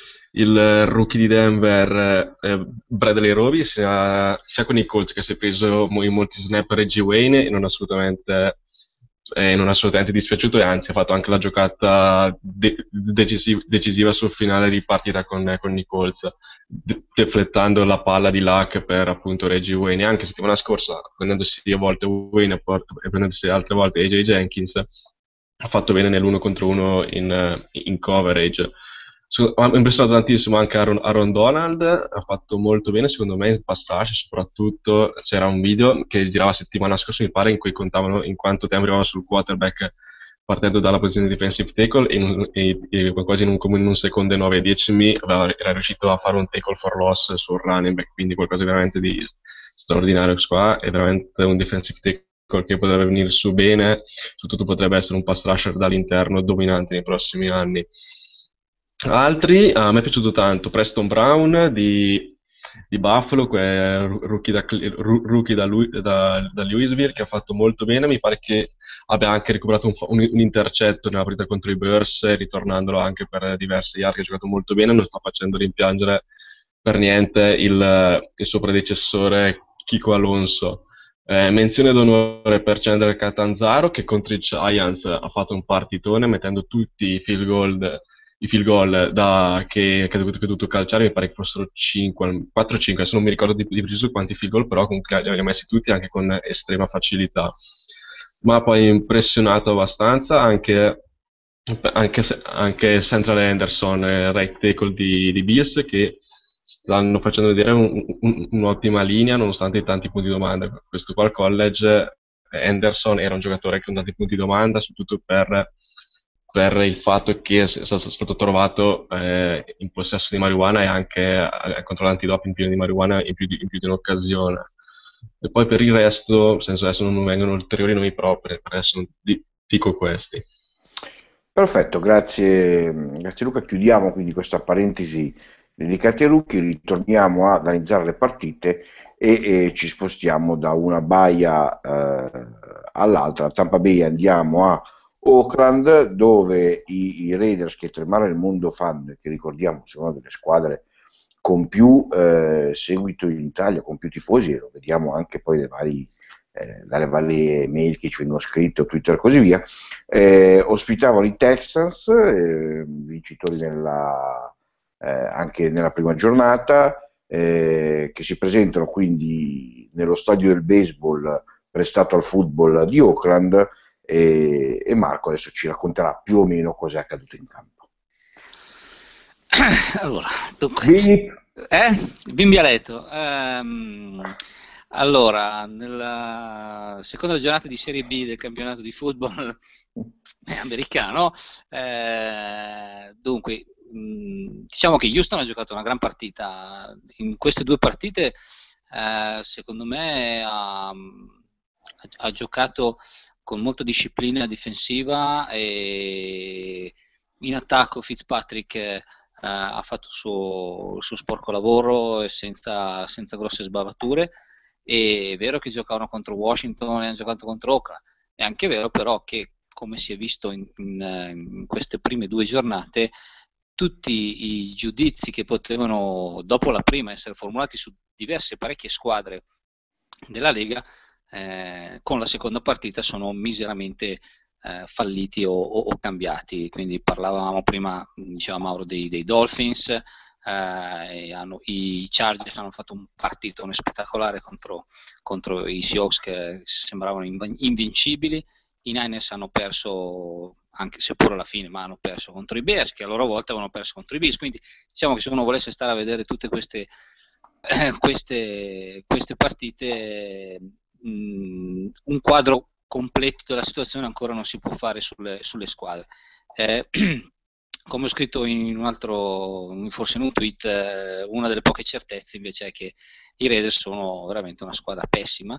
il rookie di Denver, eh, Bradley Roby, sia, sia con i Colts che si è preso mo- in molti snap a Reggie Wayne e non assolutamente, eh, non è assolutamente dispiaciuto, e anzi ha fatto anche la giocata de- decisiv- decisiva sul finale di partita con, con i Colts, de- deflettando la palla di Luck per appunto Reggie Wayne. E anche settimana scorsa, prendendosi a volte Wayne e poi- e prendendosi altre volte A J Jenkins, ha fatto bene nell'uno contro uno in, eh, in coverage. So- ha impressionato tantissimo anche Aaron, Aaron Donald, ha fatto molto bene secondo me in pass rush, soprattutto c'era un video che girava settimana scorsa mi pare, in cui contavano in quanto tempo arrivava sul quarterback partendo dalla posizione di defensive tackle, e, in un- e- e quasi in un, come in un secondo e nove decimi aveva- era riuscito a fare un tackle for loss sul running back, quindi qualcosa veramente di straordinario. Qua è veramente un defensive tackle che potrebbe venire su bene, soprattutto potrebbe essere un pass rusher dall'interno dominante nei prossimi anni. Altri, a me è piaciuto tanto Preston Brown di, di Buffalo, che è rookie, da, rookie da, lui, da, da Louisville, che ha fatto molto bene. Mi pare che abbia anche recuperato un, un, un intercetto nella partita contro i Bears, ritornandolo anche per diversi yard, che ha giocato molto bene, non sta facendo rimpiangere per niente il, il suo predecessore Kiko Alonso. Eh, menzione d'onore per Chandler Catanzaro, che contro i Giants ha fatto un partitone mettendo tutti i field goal, i field goal da, che, che, ha dovuto, che ha dovuto calciare. Mi pare che fossero cinque, quattro o cinque, adesso non mi ricordo di, di preciso quanti field goal, però comunque li ha messi tutti anche con estrema facilità. Ma poi impressionato abbastanza anche, anche, anche Central Henderson, eh, right tackle di, di Bills, che stanno facendo vedere un, un, un'ottima linea nonostante i tanti punti di domanda. Questo qua al college Henderson era un giocatore con tanti punti di domanda, soprattutto per, per il fatto che è stato trovato eh, in possesso di marijuana e anche eh, contro l'antidoping pieno di marijuana in più di, in più di un'occasione. E poi per il resto, nel senso, adesso non mi vengono ulteriori nomi propri, per adesso dico questi. Perfetto, grazie, grazie Luca. Chiudiamo quindi questa parentesi dedicati ai rookie, ritorniamo ad analizzare le partite e, e ci spostiamo da una baia eh, all'altra. A Tampa Bay andiamo a Oakland, dove i, i Raiders, che tremare il mondo fan, che ricordiamo sono una delle squadre con più eh, seguito in Italia, con più tifosi, e lo vediamo anche poi dai vari, eh, dalle varie mail che ci vengono scritte, Twitter e così via, eh, ospitavano i Texans, eh, vincitori nella Eh, anche nella prima giornata, eh, che si presentano quindi nello stadio del baseball prestato al football di Oakland, e, e Marco adesso ci racconterà più o meno cosa è accaduto in campo. Allora, dunque, eh? Bimbialetto. Ehm, allora, nella seconda giornata di Serie B del campionato di football americano, eh, dunque, diciamo che Houston ha giocato una gran partita. In queste due partite eh, secondo me ha, ha giocato con molta disciplina difensiva, e in attacco Fitzpatrick eh, ha fatto il suo, il suo sporco lavoro senza, senza grosse sbavature. È vero che giocavano contro Washington e hanno giocato contro Oakland, è anche vero però che, come si è visto in, in, in queste prime due giornate, tutti i giudizi che potevano dopo la prima essere formulati su diverse parecchie squadre della Lega, eh, con la seconda partita sono miseramente eh, falliti o, o, o cambiati. Quindi parlavamo prima, diceva Mauro, dei, dei Dolphins, eh, e hanno, i Chargers hanno fatto un partitone spettacolare contro, contro i Seahawks, che sembravano invincibili. I Niners hanno perso, anche seppur alla fine, ma hanno perso contro i Bears, che a loro volta avevano perso contro i Bills. Quindi diciamo che se uno volesse stare a vedere tutte queste, eh, queste, queste partite, mh, un quadro completo della situazione ancora non si può fare sulle, sulle squadre. Eh, come ho scritto in un altro, forse in un tweet, eh, una delle poche certezze invece è che i Raiders sono veramente una squadra pessima,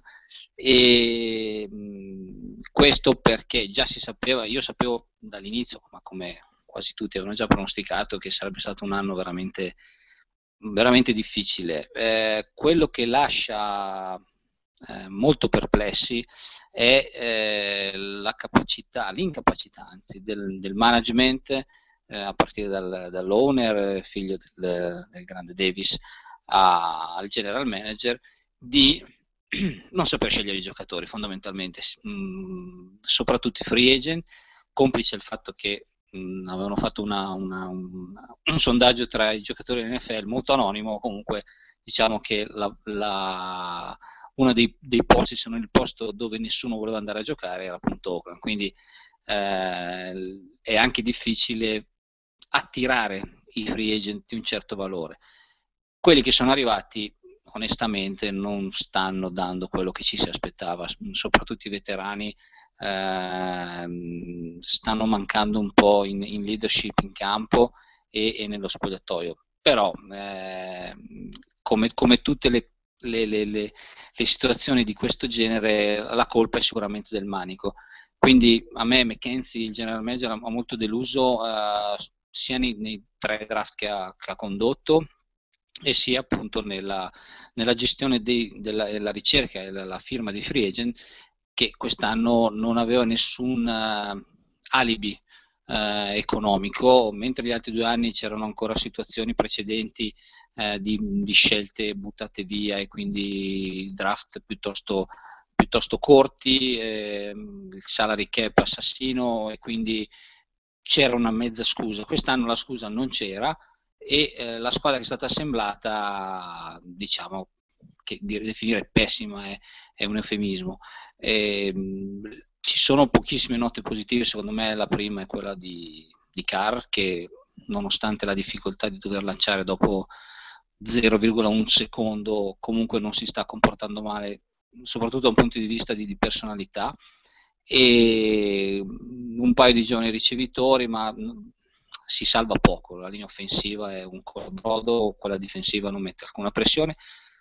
e mh, questo perché già si sapeva, io sapevo dall'inizio, ma come quasi tutti avevano già pronosticato, che sarebbe stato un anno veramente, veramente difficile. Eh, quello che lascia eh, molto perplessi è eh, la capacità, l'incapacità anzi del, del management, eh, a partire dal, dall'owner, figlio del, del grande Davis, a, al general manager, di non saper scegliere i giocatori fondamentalmente, mh, soprattutto i free agent, complice il fatto che mh, avevano fatto una, una, una, un sondaggio tra i giocatori dell'N F L molto anonimo. Comunque diciamo che la, la, uno dei, dei posti, se non il posto dove nessuno voleva andare a giocare, era appunto Oakland. Quindi eh, è anche difficile attirare i free agent di un certo valore. Quelli che sono arrivati onestamente non stanno dando quello che ci si aspettava, soprattutto i veterani eh, stanno mancando un po' in, in leadership in campo e, e nello spogliatoio. Però eh, come, come tutte le le, le, le, le situazioni di questo genere, la colpa è sicuramente del manico. Quindi a me McKenzie, il general manager, ha molto deluso uh, sia nei, nei tre draft che ha, che ha condotto, e sia appunto nella, nella gestione dei, della, della ricerca e la, la firma dei free agent, che quest'anno non aveva nessun uh, alibi uh, economico, mentre gli altri due anni c'erano ancora situazioni precedenti uh, di, di scelte buttate via e quindi draft piuttosto, piuttosto corti, eh, il salary cap assassino, e quindi c'era una mezza scusa. Quest'anno la scusa non c'era, e eh, la squadra che è stata assemblata, diciamo che definire pessima è, è un eufemismo. E, mh, ci sono pochissime note positive, secondo me la prima è quella di, di Carr, che nonostante la difficoltà di dover lanciare dopo zero virgola uno secondo comunque non si sta comportando male, soprattutto da un punto di vista di, di personalità, e un paio di giovani ricevitori, ma si salva poco. La linea offensiva è un colabrodo, quella difensiva non mette alcuna pressione.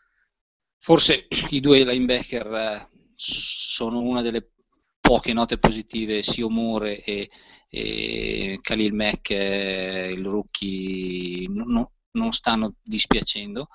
Forse i due linebacker eh, sono una delle poche note positive, Sio Moore e, e Khalil Mack, eh, il rookie, no, non stanno dispiacendo,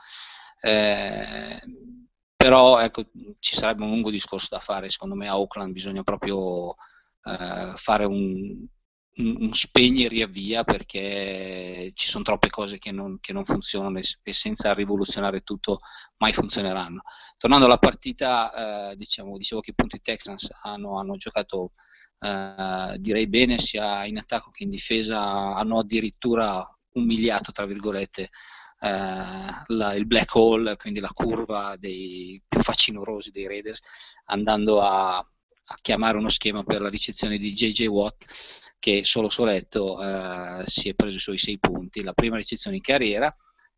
eh, però ecco, ci sarebbe un lungo discorso da fare. Secondo me a Oakland bisogna proprio eh, fare un un spegni e riavvia, perché ci sono troppe cose che non, che non funzionano, e senza rivoluzionare tutto mai funzioneranno. Tornando alla partita, eh, diciamo, dicevo che appunto i Texans hanno, hanno giocato eh, direi bene sia in attacco che in difesa, hanno addirittura umiliato tra virgolette eh, la, il black hole, quindi la curva dei più facinorosi dei Raiders, andando a, a chiamare uno schema per la ricezione di J J Watt, che solo soletto eh, si è preso i suoi sei punti, la prima ricezione in carriera,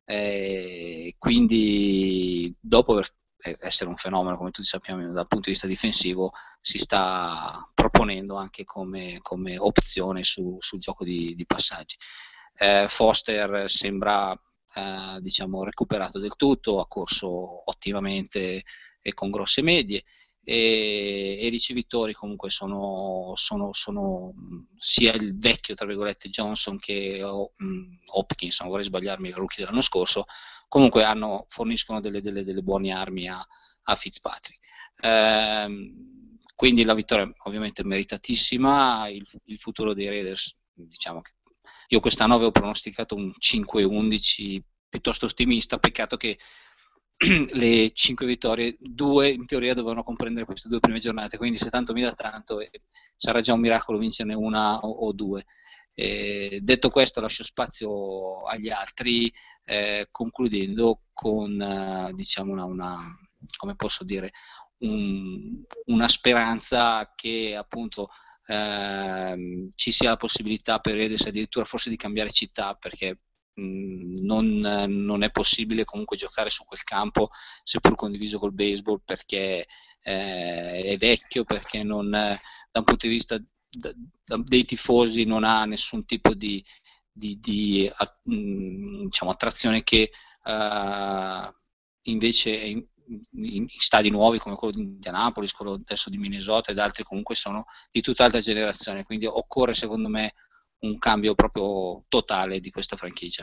eh, quindi dopo aver, essere un fenomeno come tutti sappiamo dal punto di vista difensivo, si sta proponendo anche come, come opzione su, sul gioco di, di passaggi. eh, Foster sembra eh, diciamo recuperato del tutto, ha corso ottimamente e con grosse medie, e i ricevitori comunque sono, sono, sono sia il vecchio tra virgolette Johnson che oh, mh, Hopkins, non vorrei sbagliarmi, il rookie dell'anno scorso, comunque hanno, forniscono delle, delle, delle buone armi a, a Fitzpatrick. Ehm, quindi la vittoria ovviamente meritatissima. Il, il futuro dei Raiders, diciamo che io quest'anno avevo pronosticato un cinque undici piuttosto ottimista, peccato che le cinque vittorie, due in teoria dovevano comprendere queste due prime giornate, quindi se tanto mi dà tanto eh, sarà già un miracolo vincerne una o, o due. Eh, detto questo, lascio spazio agli altri, eh, concludendo con eh, diciamo una, una, come posso dire, un, una speranza che appunto eh, ci sia la possibilità per Edes addirittura forse di cambiare città, perché Non, non è possibile comunque giocare su quel campo, seppur condiviso col baseball, perché eh, è vecchio, perché non, da un punto di vista da, da, dei tifosi non ha nessun tipo di, di, di a, mh, diciamo, attrazione che uh, invece in, in stadi nuovi come quello di Indianapolis, quello adesso di Minnesota ed altri comunque sono di tutt'altra generazione, quindi occorre secondo me un cambio proprio totale di questa franchigia.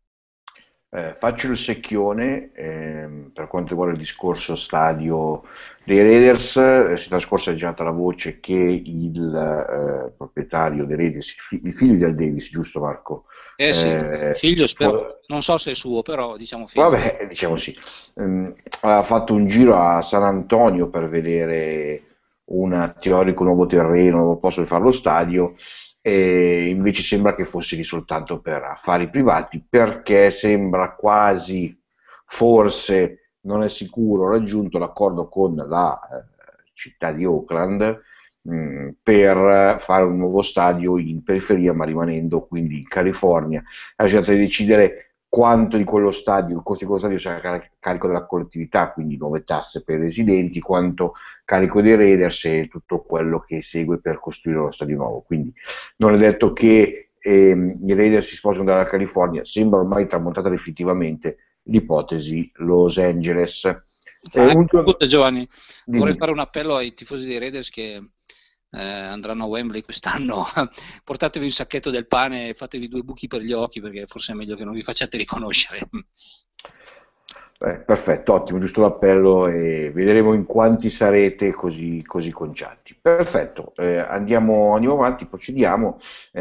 Eh, faccio il secchione ehm, per quanto riguarda il discorso stadio dei Raiders. La settimana scorsa è girata la voce che il eh, proprietario dei Raiders, il, fi- il figlio del Davis, giusto Marco? Eh sì, Eh, figlio, spero, può... non so se è suo, però diciamo figlio. Vabbè, diciamo sì. Um, ha fatto un giro a San Antonio per vedere un teorico nuovo terreno, nuovo posto di fare lo stadio, e invece sembra che fosse lì soltanto per affari privati, perché sembra quasi, forse non è sicuro, raggiunto l'accordo con la eh, città di Oakland mh, per fare un nuovo stadio in periferia, ma rimanendo quindi in California. Ha cercato di decidere quanto di quello stadio, il costo di quello stadio sarà car- carico della collettività, quindi nuove tasse per i residenti, quanto carico dei Raiders e tutto quello che segue per costruire lo stadio nuovo. Quindi non è detto che ehm, i Raiders si sposano dalla California, sembra ormai tramontata definitivamente l'ipotesi Los Angeles. Eh, Ah, un tuo- scusa, Giovanni, dimmi. vorrei fare un appello ai tifosi dei Raiders che eh, andranno a Wembley quest'anno. Portatevi un sacchetto del pane e fatevi due buchi per gli occhi, perché forse è meglio che non vi facciate riconoscere. Eh, perfetto, ottimo, giusto l'appello e vedremo in quanti sarete così, così conciati. Perfetto, eh, andiamo, andiamo avanti, procediamo.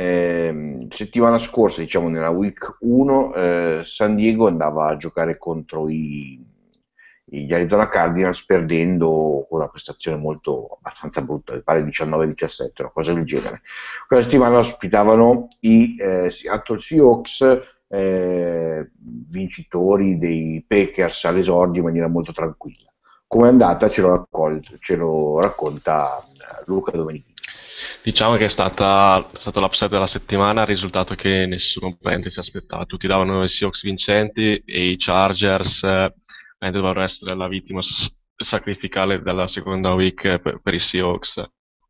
Eh, settimana scorsa, diciamo nella week uno, eh, San Diego andava a giocare contro i, gli Arizona Cardinals perdendo con una prestazione molto abbastanza brutta, mi pare diciannove a diciassette, una cosa del genere. Quella settimana ospitavano i eh, Seattle Seahawks, eh, vincitori dei Packers all'esordio in maniera molto tranquilla. Come è andata ce lo, raccol- ce lo racconta eh, Luca Domenichini. Diciamo che è stata, è stato l'upset della settimana, il risultato che nessuno praticamente si aspettava. Tutti davano i Seahawks vincenti e i Chargers eh, dovevano essere la vittima s- sacrificale della seconda week per, per i Seahawks.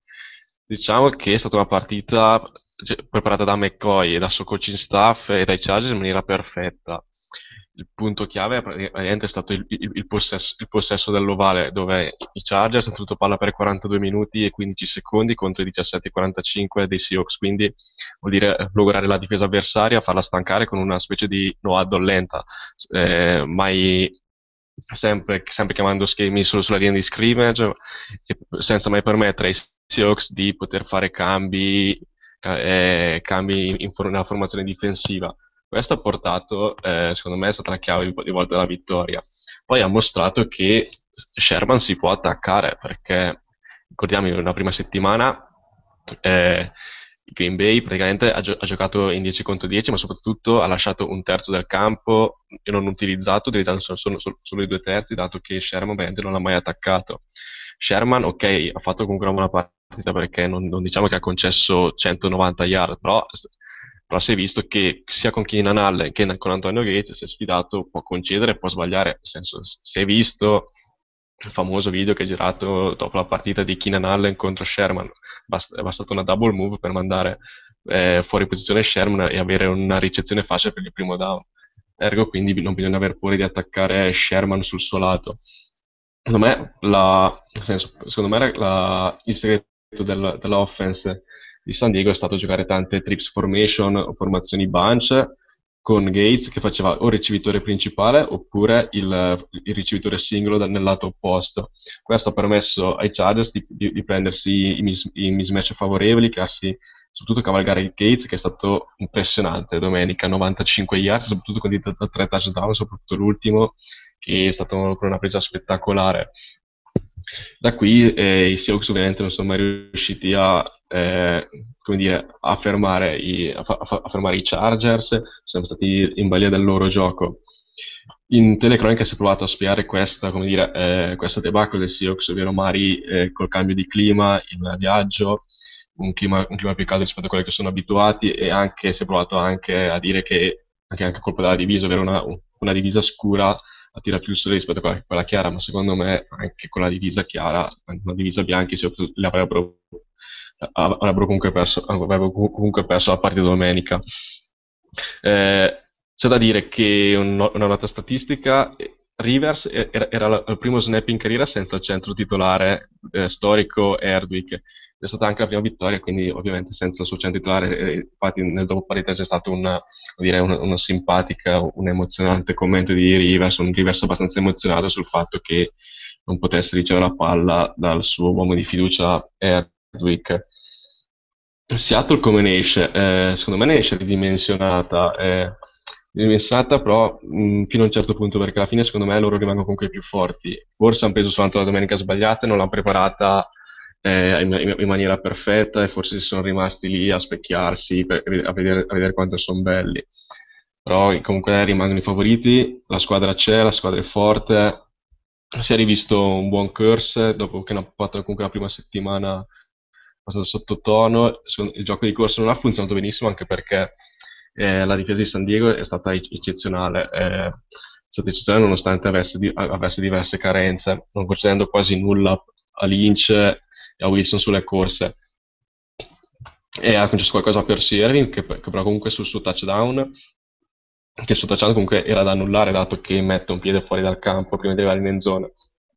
Diciamo che è stata una partita cioè, preparata da McCoy e dal suo coaching staff e dai Chargers in maniera perfetta. Il punto chiave è praticamente stato il, il- il possesso, il possesso dell'ovale, dove i Chargers hanno tenuto palla per quarantadue minuti e quindici secondi contro i diciassette e quarantacinque dei Seahawks, quindi vuol dire logorare la difesa avversaria, farla stancare con una specie di no-huddle lenta, eh, mai sempre, sempre chiamando schemi solo sulla linea di scrimmage, e senza mai permettere ai Seahawks di poter fare cambi, ca- eh, cambi in for- nella formazione difensiva. Questo ha portato, eh, secondo me, è stata la chiave di, di volta della vittoria. Poi ha mostrato che Sherman si può attaccare, perché ricordiamo in una prima settimana eh, Green Bay praticamente ha, gio- ha giocato in dieci contro dieci, ma soprattutto ha lasciato un terzo del campo non utilizzato, utilizzando solo, solo- solo- solo i due terzi, dato che Sherman veramente non l'ha mai attaccato. Sherman, ok, ha fatto comunque una buona partita perché non, non diciamo che ha concesso centonovanta yard, però, però si è visto che sia con Keenan Allen che con Antonio Gates si è sfidato, può concedere, può sbagliare, nel senso si è visto il famoso video che è girato dopo la partita di Keenan Allen contro Sherman, Bast- è bastata una double move per mandare eh, fuori posizione Sherman e avere una ricezione facile per il primo down. Ergo, quindi non bisogna aver paura di attaccare Sherman sul suo lato. Secondo me, la, nel senso, secondo me la- il segreto del- dell'offense di San Diego è stato giocare tante trips formation o formazioni bunch con Gates che faceva o il ricevitore principale oppure il, il ricevitore singolo dal- nel lato opposto. Questo ha permesso ai Chargers di, di- di prendersi i, mis- i mismatch favorevoli, crearsi soprattutto cavalcare il Gates che è stato impressionante domenica, novantacinque yard, soprattutto con i t- tre touchdown, soprattutto l'ultimo che è stato con una presa spettacolare. Da qui eh, i Seahawks ovviamente non sono mai riusciti a, eh, come dire, a, fermare i, a, fa- a fermare i Chargers, sono stati in balia del loro gioco. In telecronaca si è provato a spiegare questa, come dire, eh, questa debacle del Seahawks, ovvero Mari eh, col cambio di clima, il viaggio, un clima, un clima più caldo rispetto a quello che sono abituati e anche si è provato anche a dire che anche, anche colpa della divisa, ovvero una, una divisa scura attira più il sole rispetto a quella, quella chiara, ma secondo me anche con la divisa chiara, anche una divisa bianca, si le avrebbero, avrebbero comunque perso, avrebbero comunque perso la partita domenica. Eh, c'è da dire che un- una nota statistica, Rivers era, era il primo snap in carriera senza il centro titolare eh, storico Erdwick. È stata anche la prima vittoria, quindi ovviamente senza il suo centro titolare, eh, infatti nel dopo parità c'è stato una, direi una, una simpatica, un emozionante commento di Rivers, un Rivers abbastanza emozionato sul fatto che non potesse ricevere la palla dal suo uomo di fiducia Erdwick. Seattle come ne esce? Eh, secondo me ne esce ridimensionata, eh, ridimensionata però mh, fino a un certo punto perché alla fine secondo me loro rimangono comunque più forti. Forse hanno preso soltanto la domenica sbagliata e non l'hanno preparata eh, in, in- in maniera perfetta e forse si sono rimasti lì a specchiarsi per- a vedere, a vedere quanto sono belli. Però comunque rimangono i favoriti, la squadra c'è, la squadra è forte, si è rivisto un buon Curse dopo che hanno fatto comunque la prima settimana abbastanza sottotono. Secondo- Il gioco di corsa non ha funzionato benissimo anche perché eh, la difesa di San Diego è stata ec- eccezionale, eh, è stata eccezionale nonostante avesse, di- avesse diverse carenze, non concedendo quasi nulla a Lynch e a Wilson sulle corse. E ha concesso qualcosa per Siervin che, che però comunque sul suo touchdown, che il suo touchdown comunque era da annullare dato che mette un piede fuori dal campo prima di arrivare in end zone.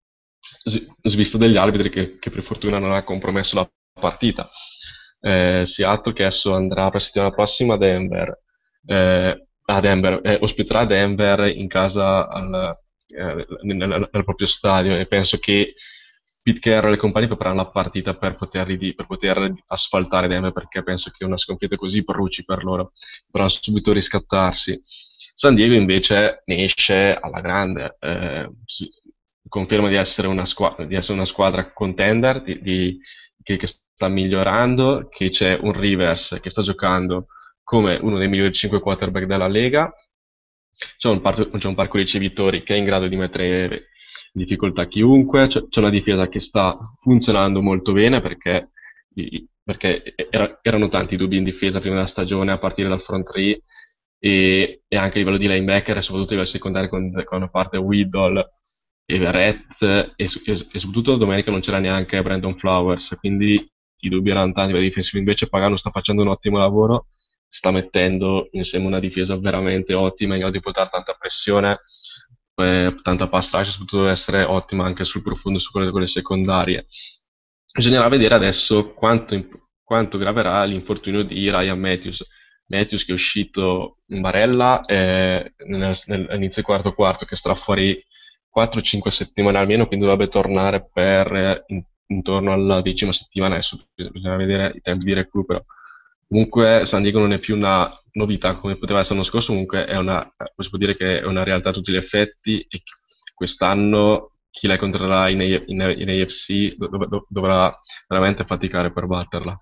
s- svista degli arbitri che, che per fortuna non ha compromesso la partita. Eh, Seattle che adesso andrà per la settimana prossima a Denver, eh, a Denver eh, ospiterà Denver in casa al, eh, nel, nel- nel proprio stadio, e penso che Pete Carroll e compagni prepareranno la partita per poter, ridi- per poter asfaltare Denver, perché penso che una sconfitta così bruci per loro, dovranno subito riscattarsi. San Diego invece ne esce alla grande, eh, si- conferma di essere una, squa- di essere una squadra contender, di- di- che, che sta migliorando, che c'è un Rivers che sta giocando come uno dei migliori cinque quarterback della Lega, c'è un, par- c'è un parco ricevitori che è in grado di mettere in difficoltà chiunque, c'è, c'è una difesa che sta funzionando molto bene perché, i- perché era- erano tanti i dubbi in difesa prima della stagione a partire dal front three, e, e anche a livello di linebacker e soprattutto a livello secondario con, con a parte Whittle e Verrett e, su- e- e soprattutto domenica non c'era neanche Brandon Flowers, quindi i dubbi erano tanti per i difensivi. Invece Pagano sta facendo un ottimo lavoro, sta mettendo insieme una difesa veramente ottima, in grado di portare tanta pressione, eh, tanta pass rush, soprattutto deve essere ottima anche sul profondo, su quelle, quelle secondarie. Bisognerà vedere adesso quanto, imp- quanto graverà l'infortunio di Ryan Matthews. Matthews che è uscito in barella eh, nel- nel- all'inizio del quarto quarto, che starà fuori quattro cinque settimane almeno, quindi dovrebbe tornare per eh, in- intorno alla decima settimana. Adesso bisogna vedere i tempi di recupero. Comunque San Diego non è più una novità come poteva essere l'anno scorso, comunque è una, si può dire che è una realtà a tutti gli effetti, e quest'anno chi la incontrerà in, A- in, in A F C dov- dov- dovrà veramente faticare per batterla.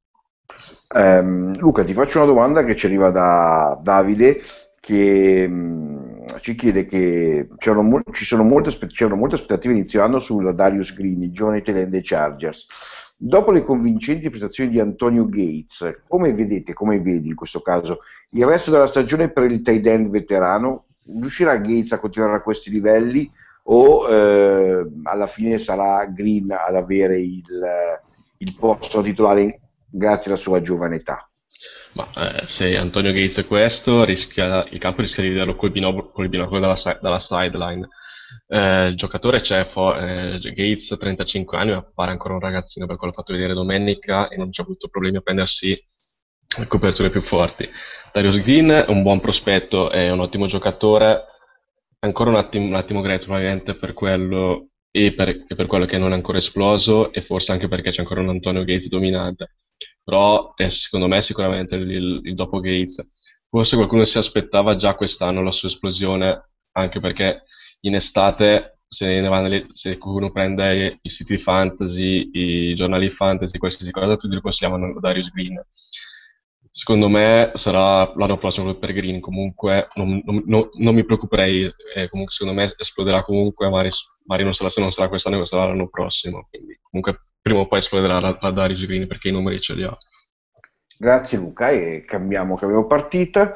Ehm, Luca, ti faccio una domanda che ci arriva da Davide che mh, ci chiede che c'erano, mol- ci sono molte, aspe- c'erano molte aspettative inizio anno sul Darius Green, il giovane tight end dei Chargers. Dopo le convincenti prestazioni di Antonio Gates, come vedete, come vedi in questo caso, il resto della stagione per il tight end veterano? Riuscirà Gates a continuare a questi livelli o eh, alla fine sarà Green ad avere il, il posto titolare grazie alla sua giovane età? Ma eh, se Antonio Gates è questo, rischia, il campo rischia di vederlo col binocolo, col binocolo dalla, si- dalla sideline. Eh, il giocatore c'è, fo- eh, Gates, trentacinque anni, ma pare ancora un ragazzino per quello fatto vedere domenica e non c'ha avuto problemi a prendersi le coperture più forti. Darius Green è un buon prospetto, è un ottimo giocatore, ancora un attimo, un attimo greto probabilmente per quello e per, e per quello che non è ancora esploso, e forse anche perché c'è ancora un Antonio Gates dominante. Però è, secondo me sicuramente il, il- il dopo Gates. Forse qualcuno si aspettava già quest'anno la sua esplosione, anche perché in estate se, ne va nelle- se qualcuno prende i siti fantasy, i giornali fantasy, qualsiasi cosa, tutti lo consigliano Darius Green. Secondo me sarà l'anno prossimo per Green, comunque non, non- non- non mi preoccuperei, eh, comunque secondo me esploderà comunque, magari, magari non sarà, se non sarà quest'anno, sarà l'anno prossimo, quindi comunque prima o poi esploderà la, la Darius Green perché i numeri ce li ha. Grazie Luca, e cambiamo, cambiamo partita.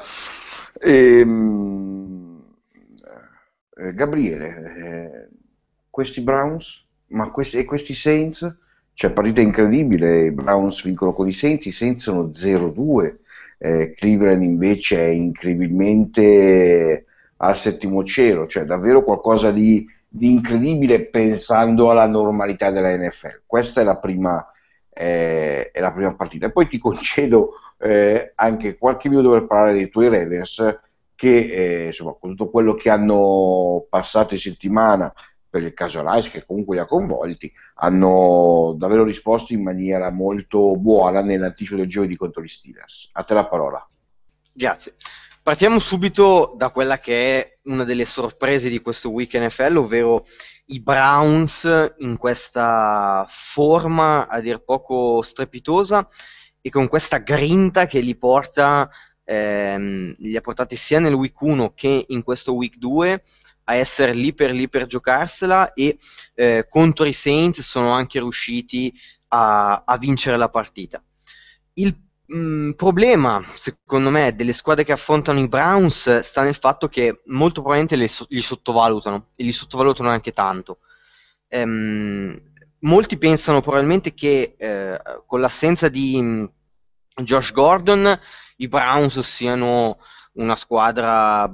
Ehm, eh, Gabriele, eh, questi Browns, ma questi, e questi Saints? Cioè, partita incredibile, i Browns vincono con i Saints, i Saints sono zero due, eh, Cleveland invece è incredibilmente al settimo cielo, cioè davvero qualcosa di, di incredibile pensando alla normalità della N F L. Questa è la prima, eh, è la prima partita. E poi ti concedo eh, anche qualche minuto per parlare dei tuoi Ravens che eh, insomma, con tutto quello che hanno passato in settimana per il caso Rice, che comunque li ha coinvolti, hanno davvero risposto in maniera molto buona nell'anticipo del giovedì contro gli Steelers. A te la parola. Grazie. Partiamo subito da quella che è una delle sorprese di questo week N F L, ovvero i Browns in questa forma a dir poco strepitosa e con questa grinta che li porta, ehm, li ha portati sia nel week uno che in questo week due a essere lì per lì per giocarsela, e eh, contro i Saints sono anche riusciti a, a vincere la partita. Il mh, problema, secondo me, delle squadre che affrontano i Browns sta nel fatto che molto probabilmente li, so- li sottovalutano, e li sottovalutano anche tanto. Ehm, Molti pensano probabilmente che eh, con l'assenza di mh, Josh Gordon i Browns siano una squadra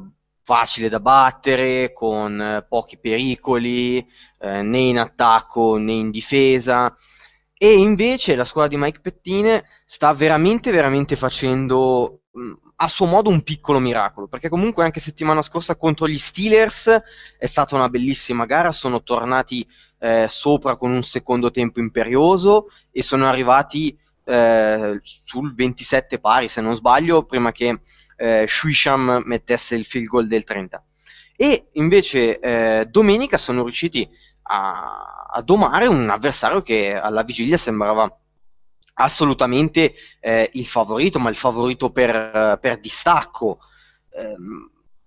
facile da battere, con eh, pochi pericoli, eh, né in attacco né in difesa. E invece la squadra di Mike Pettine sta veramente, veramente facendo mh, a suo modo un piccolo miracolo, perché comunque anche settimana scorsa contro gli Steelers è stata una bellissima gara, sono tornati eh, sopra con un secondo tempo imperioso e sono arrivati eh, sul ventisette pari, se non sbaglio, prima che eh, Shuisham mettesse il field goal del trenta. E invece eh, domenica sono riusciti a, a domare un avversario che alla vigilia sembrava assolutamente eh, il favorito, ma il favorito per, per distacco. Ehm,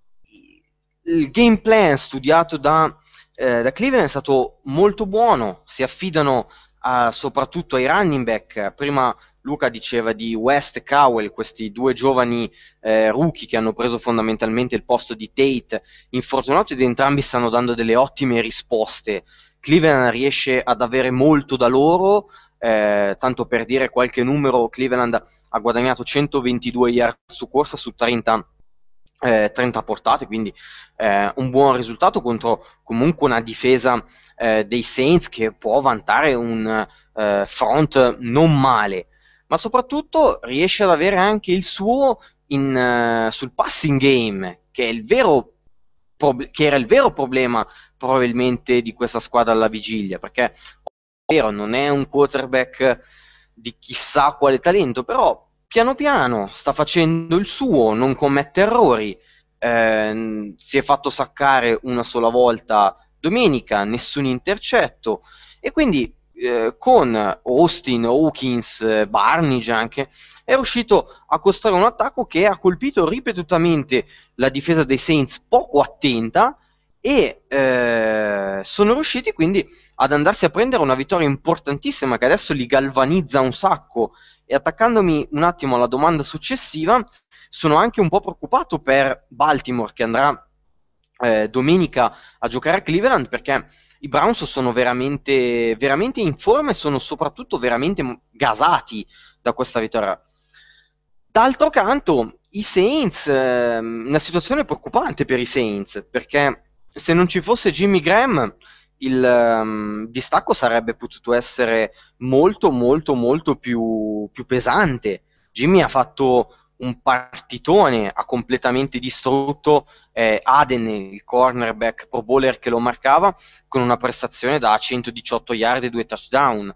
il game plan studiato da, eh, da Cleveland è stato molto buono, si affidano a, soprattutto ai running back. Prima Luca diceva di West e Cowell, questi due giovani eh, rookie che hanno preso fondamentalmente il posto di Tate, infortunato, ed entrambi stanno dando delle ottime risposte. Cleveland riesce ad avere molto da loro, eh, tanto per dire qualche numero, Cleveland ha guadagnato centoventidue yard su corsa su trenta, eh, trenta portate, quindi eh, un buon risultato contro comunque una difesa eh, dei Saints che può vantare un eh, front non male, ma soprattutto riesce ad avere anche il suo in, uh, sul passing game, che, è il vero prob- che era il vero problema probabilmente di questa squadra alla vigilia, perché è vero, non è un quarterback di chissà quale talento, però piano piano sta facendo il suo, non commette errori, eh, si è fatto saccare una sola volta domenica, nessun intercetto, e quindi eh, con Austin, Hawkins, Barnage anche, è riuscito a costruire un attacco che ha colpito ripetutamente la difesa dei Saints poco attenta, e eh, sono riusciti quindi ad andarsi a prendere una vittoria importantissima che adesso li galvanizza un sacco. E attaccandomi un attimo alla domanda successiva, sono anche un po' preoccupato per Baltimore, che andrà eh, domenica a giocare a Cleveland, perché i Browns sono veramente, veramente in forma e sono soprattutto veramente gasati da questa vittoria. D'altro canto, i Saints, eh, una situazione preoccupante per i Saints, perché se non ci fosse Jimmy Graham, il um, distacco sarebbe potuto essere molto, molto, molto più, più pesante. Jimmy ha fatto un partitone, ha completamente distrutto eh, Aden, il cornerback pro bowler che lo marcava, con una prestazione da centodiciotto yard e due touchdown.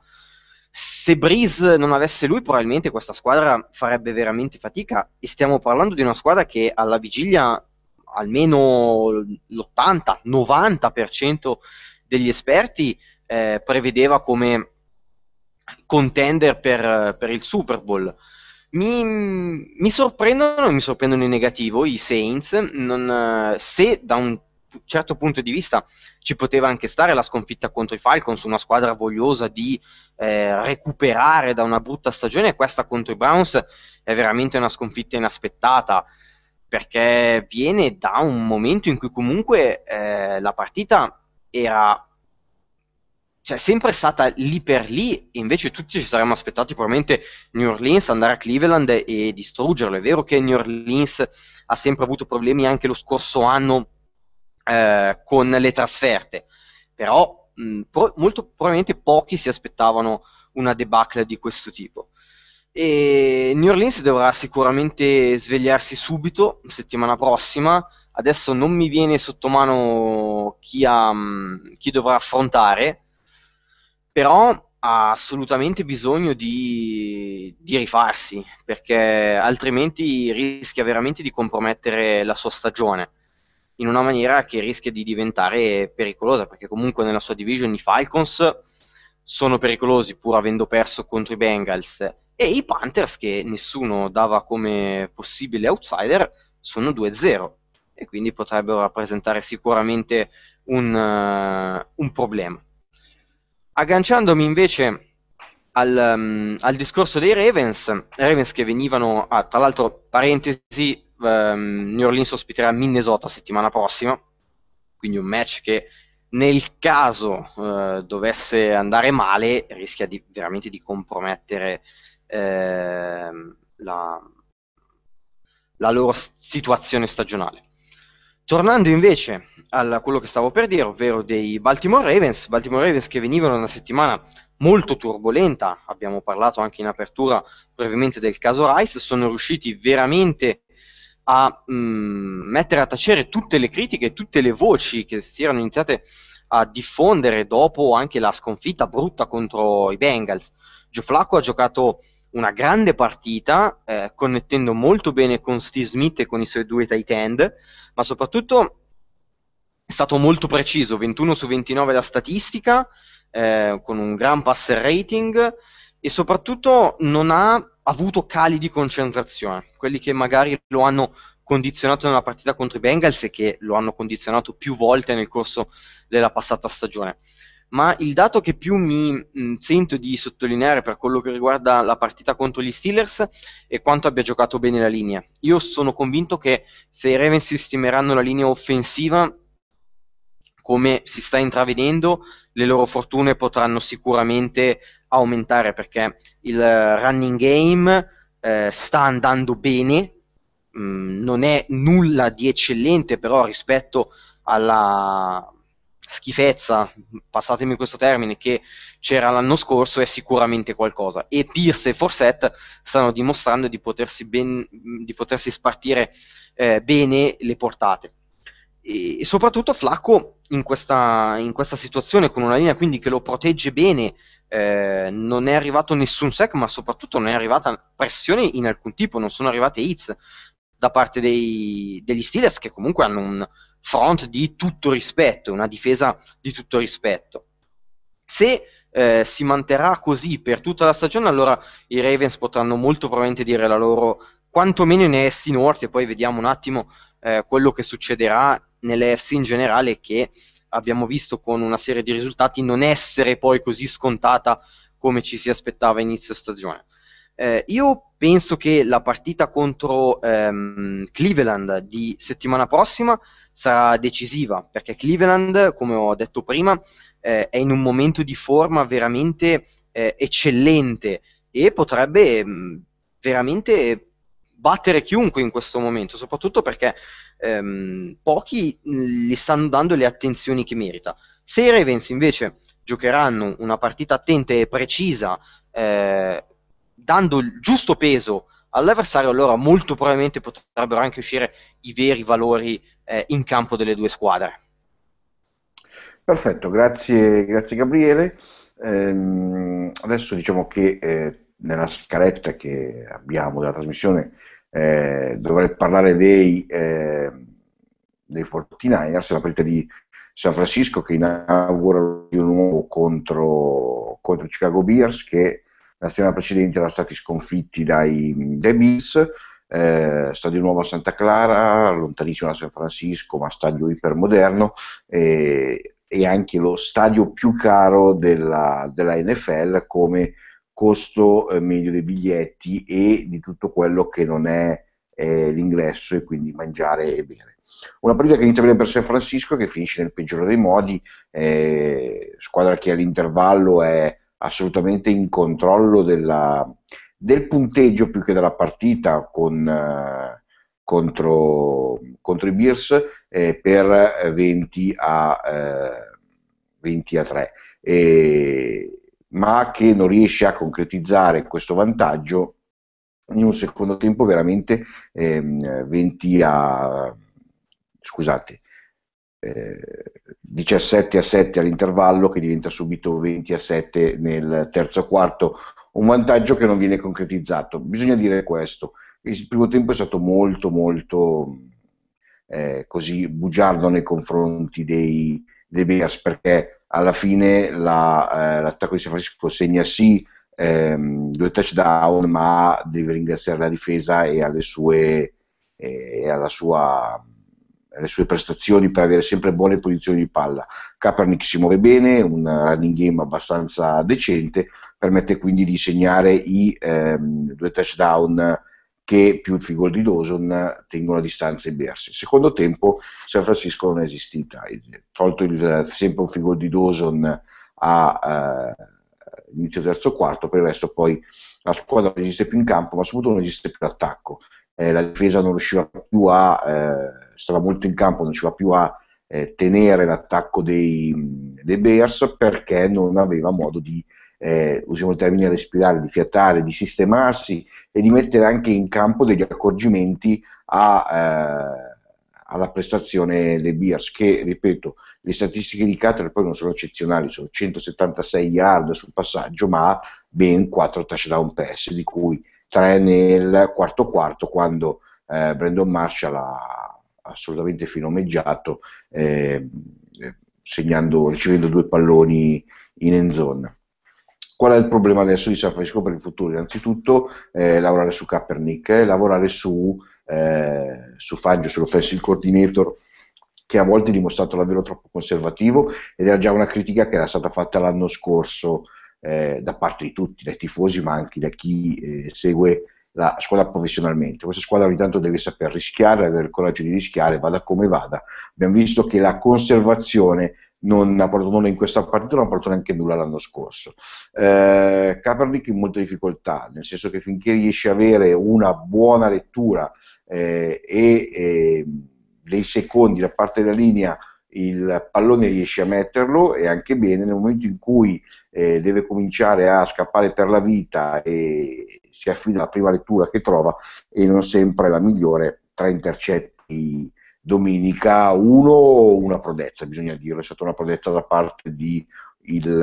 Se Breeze non avesse lui, probabilmente questa squadra farebbe veramente fatica, e stiamo parlando di una squadra che alla vigilia almeno l'ottanta novanta per cento degli esperti eh, prevedeva come contender per, per il Super Bowl. Mi, mi sorprendono, mi sorprendono in negativo i Saints, non, se da un certo punto di vista ci poteva anche stare la sconfitta contro i Falcons, una squadra vogliosa di eh, recuperare da una brutta stagione. Questa contro i Browns è veramente una sconfitta inaspettata, perché viene da un momento in cui comunque eh, la partita era, cioè, sempre stata lì per lì, e invece tutti ci saremmo aspettati probabilmente New Orleans andare a Cleveland e distruggerlo. È vero che New Orleans ha sempre avuto problemi anche lo scorso anno eh, con le trasferte, però mh, pro- molto probabilmente pochi si aspettavano una debacle di questo tipo. E New Orleans dovrà sicuramente svegliarsi subito settimana prossima. Adesso non mi viene sotto mano chi, ha, chi dovrà affrontare, però ha assolutamente bisogno di, di rifarsi, perché altrimenti rischia veramente di compromettere la sua stagione in una maniera che rischia di diventare pericolosa, perché comunque nella sua division i Falcons sono pericolosi pur avendo perso contro i Bengals, e i Panthers, che nessuno dava come possibile outsider, sono due zero e quindi potrebbero rappresentare sicuramente un, uh, un problema. Agganciandomi invece al, um, al discorso dei Ravens, Ravens che venivano, ah, tra l'altro parentesi, um, New Orleans ospiterà Minnesota settimana prossima, quindi un match che nel caso uh, dovesse andare male rischia di, veramente di compromettere uh, la, la loro situazione stagionale. Tornando invece a quello che stavo per dire, ovvero dei Baltimore Ravens, Baltimore Ravens che venivano da una settimana molto turbolenta, abbiamo parlato anche in apertura brevemente del caso Rice, sono riusciti veramente a mh, mettere a tacere tutte le critiche, tutte le voci che si erano iniziate a diffondere dopo anche la sconfitta brutta contro i Bengals. Joe Flacco ha giocato una grande partita, eh, connettendo molto bene con Steve Smith e con i suoi due tight end, ma soprattutto è stato molto preciso, ventuno su ventinove la statistica, eh, con un gran passer rating, e soprattutto non ha avuto cali di concentrazione, quelli che magari lo hanno condizionato nella partita contro i Bengals e che lo hanno condizionato più volte nel corso della passata stagione. Ma il dato che più mi mh, sento di sottolineare per quello che riguarda la partita contro gli Steelers è quanto abbia giocato bene la linea. Io sono convinto che se i Ravens sistemeranno la linea offensiva come si sta intravedendo, le loro fortune potranno sicuramente aumentare, perché il running game eh, sta andando bene, mh, non è nulla di eccellente, però rispetto alla schifezza, passatemi questo termine, che c'era l'anno scorso, è sicuramente qualcosa. E Pierce e Forsett stanno dimostrando di potersi, ben, di potersi spartire eh, bene le portate. E, e soprattutto Flacco in questa, in questa situazione, con una linea quindi che lo protegge bene, eh, non è arrivato nessun sack, ma soprattutto non è arrivata pressione in alcun tipo, non sono arrivate hits da parte dei, degli Steelers, che comunque hanno un front di tutto rispetto, una difesa di tutto rispetto. Se eh, si manterrà così per tutta la stagione, allora i Ravens potranno molto probabilmente dire la loro, quantomeno in A F C North, e poi vediamo un attimo eh, quello che succederà nell'A F C in generale, che abbiamo visto con una serie di risultati non essere poi così scontata come ci si aspettava a inizio stagione. Eh, io penso che la partita contro ehm, Cleveland di settimana prossima sarà decisiva, perché Cleveland, come ho detto prima, eh, è in un momento di forma veramente eh, eccellente e potrebbe mh, veramente battere chiunque in questo momento, soprattutto perché ehm, pochi mh, gli stanno dando le attenzioni che merita. Se i Ravens invece giocheranno una partita attenta e precisa, eh, dando il giusto peso all'avversario, allora molto probabilmente potrebbero anche uscire i veri valori eh, in campo delle due squadre. Perfetto, grazie, grazie Gabriele. Ehm, adesso diciamo che eh, nella scaletta che abbiamo della trasmissione eh, dovrei parlare dei, eh, dei quarantanovers, la partita di San Francisco che inaugura di nuovo contro, contro i Chicago Bears, che la settimana precedente erano stati sconfitti dai, dai Bills. Eh, stadio nuovo a Santa Clara, lontanissimo da San Francisco, ma stadio ipermoderno, eh, e anche lo stadio più caro della, della N F L come costo eh, medio dei biglietti e di tutto quello che non è eh, l'ingresso, e quindi mangiare e bere. Una partita che inizia bene per San Francisco, che finisce nel peggiore dei modi, eh, squadra che all'intervallo è assolutamente in controllo della, del punteggio più che della partita con, eh, contro, contro i Bears eh, per venti a tre, e, ma che non riesce a concretizzare questo vantaggio in un secondo tempo veramente ehm, venti a scusate eh, diciassette a sette all'intervallo, che diventa subito venti a sette nel terzo quarto, un vantaggio che non viene concretizzato. Bisogna dire questo: il primo tempo è stato molto molto eh, così bugiardo nei confronti dei, dei Bears, perché alla fine la, eh, l'attacco di San Francisco segna sì ehm, due touchdown, ma deve ringraziare la difesa e alle sue e alla sua le sue prestazioni per avere sempre buone posizioni di palla. Kaepernick si muove bene, un running game abbastanza decente, permette quindi di segnare i ehm, due touchdown che più il field goal di Dawson tengono a distanza i Bears. Secondo tempo San Francisco non è esistita, tolto il, sempre un field goal di Dawson a eh, inizio terzo quarto, per il resto poi la squadra non esiste più in campo, ma soprattutto non esiste più l'attacco. eh, la difesa non riusciva più a, eh, stava molto in campo, non riusciva più a eh, tenere l'attacco dei, dei Bears perché non aveva modo di, eh, usiamo il termine, respirare, di fiatare, di sistemarsi e di mettere anche in campo degli accorgimenti a, eh, alla prestazione dei Bears, che, ripeto, le statistiche di Cutler poi non sono eccezionali, sono centosettantasei yard sul passaggio, ma ben quattro touchdown pass, di cui tre nel quarto quarto, quando eh, Brandon Marshall ha assolutamente finomeggiato, eh, segnando, ricevendo due palloni in end zone. Qual è il problema adesso di San Francisco per il futuro? Innanzitutto eh, lavorare su Kaepernick, eh, lavorare su, eh, su Fangio, sull'offensive coordinator, che a volte è dimostrato davvero troppo conservativo, ed era già una critica che era stata fatta l'anno scorso eh, da parte di tutti, dai tifosi, ma anche da chi eh, segue la squadra professionalmente. Questa squadra ogni tanto deve saper rischiare, avere il coraggio di rischiare, vada come vada. Abbiamo visto che la conservazione non ha portato nulla in questa partita, non ha portato neanche nulla l'anno scorso. Eh, Kaepernick in molte difficoltà, nel senso che finché riesce a avere una buona lettura eh, e eh, dei secondi da parte della linea, il pallone riesce a metterlo, e anche bene. Nel momento in cui eh, deve cominciare a scappare per la vita e si affida alla prima lettura che trova, e non sempre la migliore, tre intercetti domenica, uno una prodezza, bisogna dirlo, è stata una prodezza da parte di il,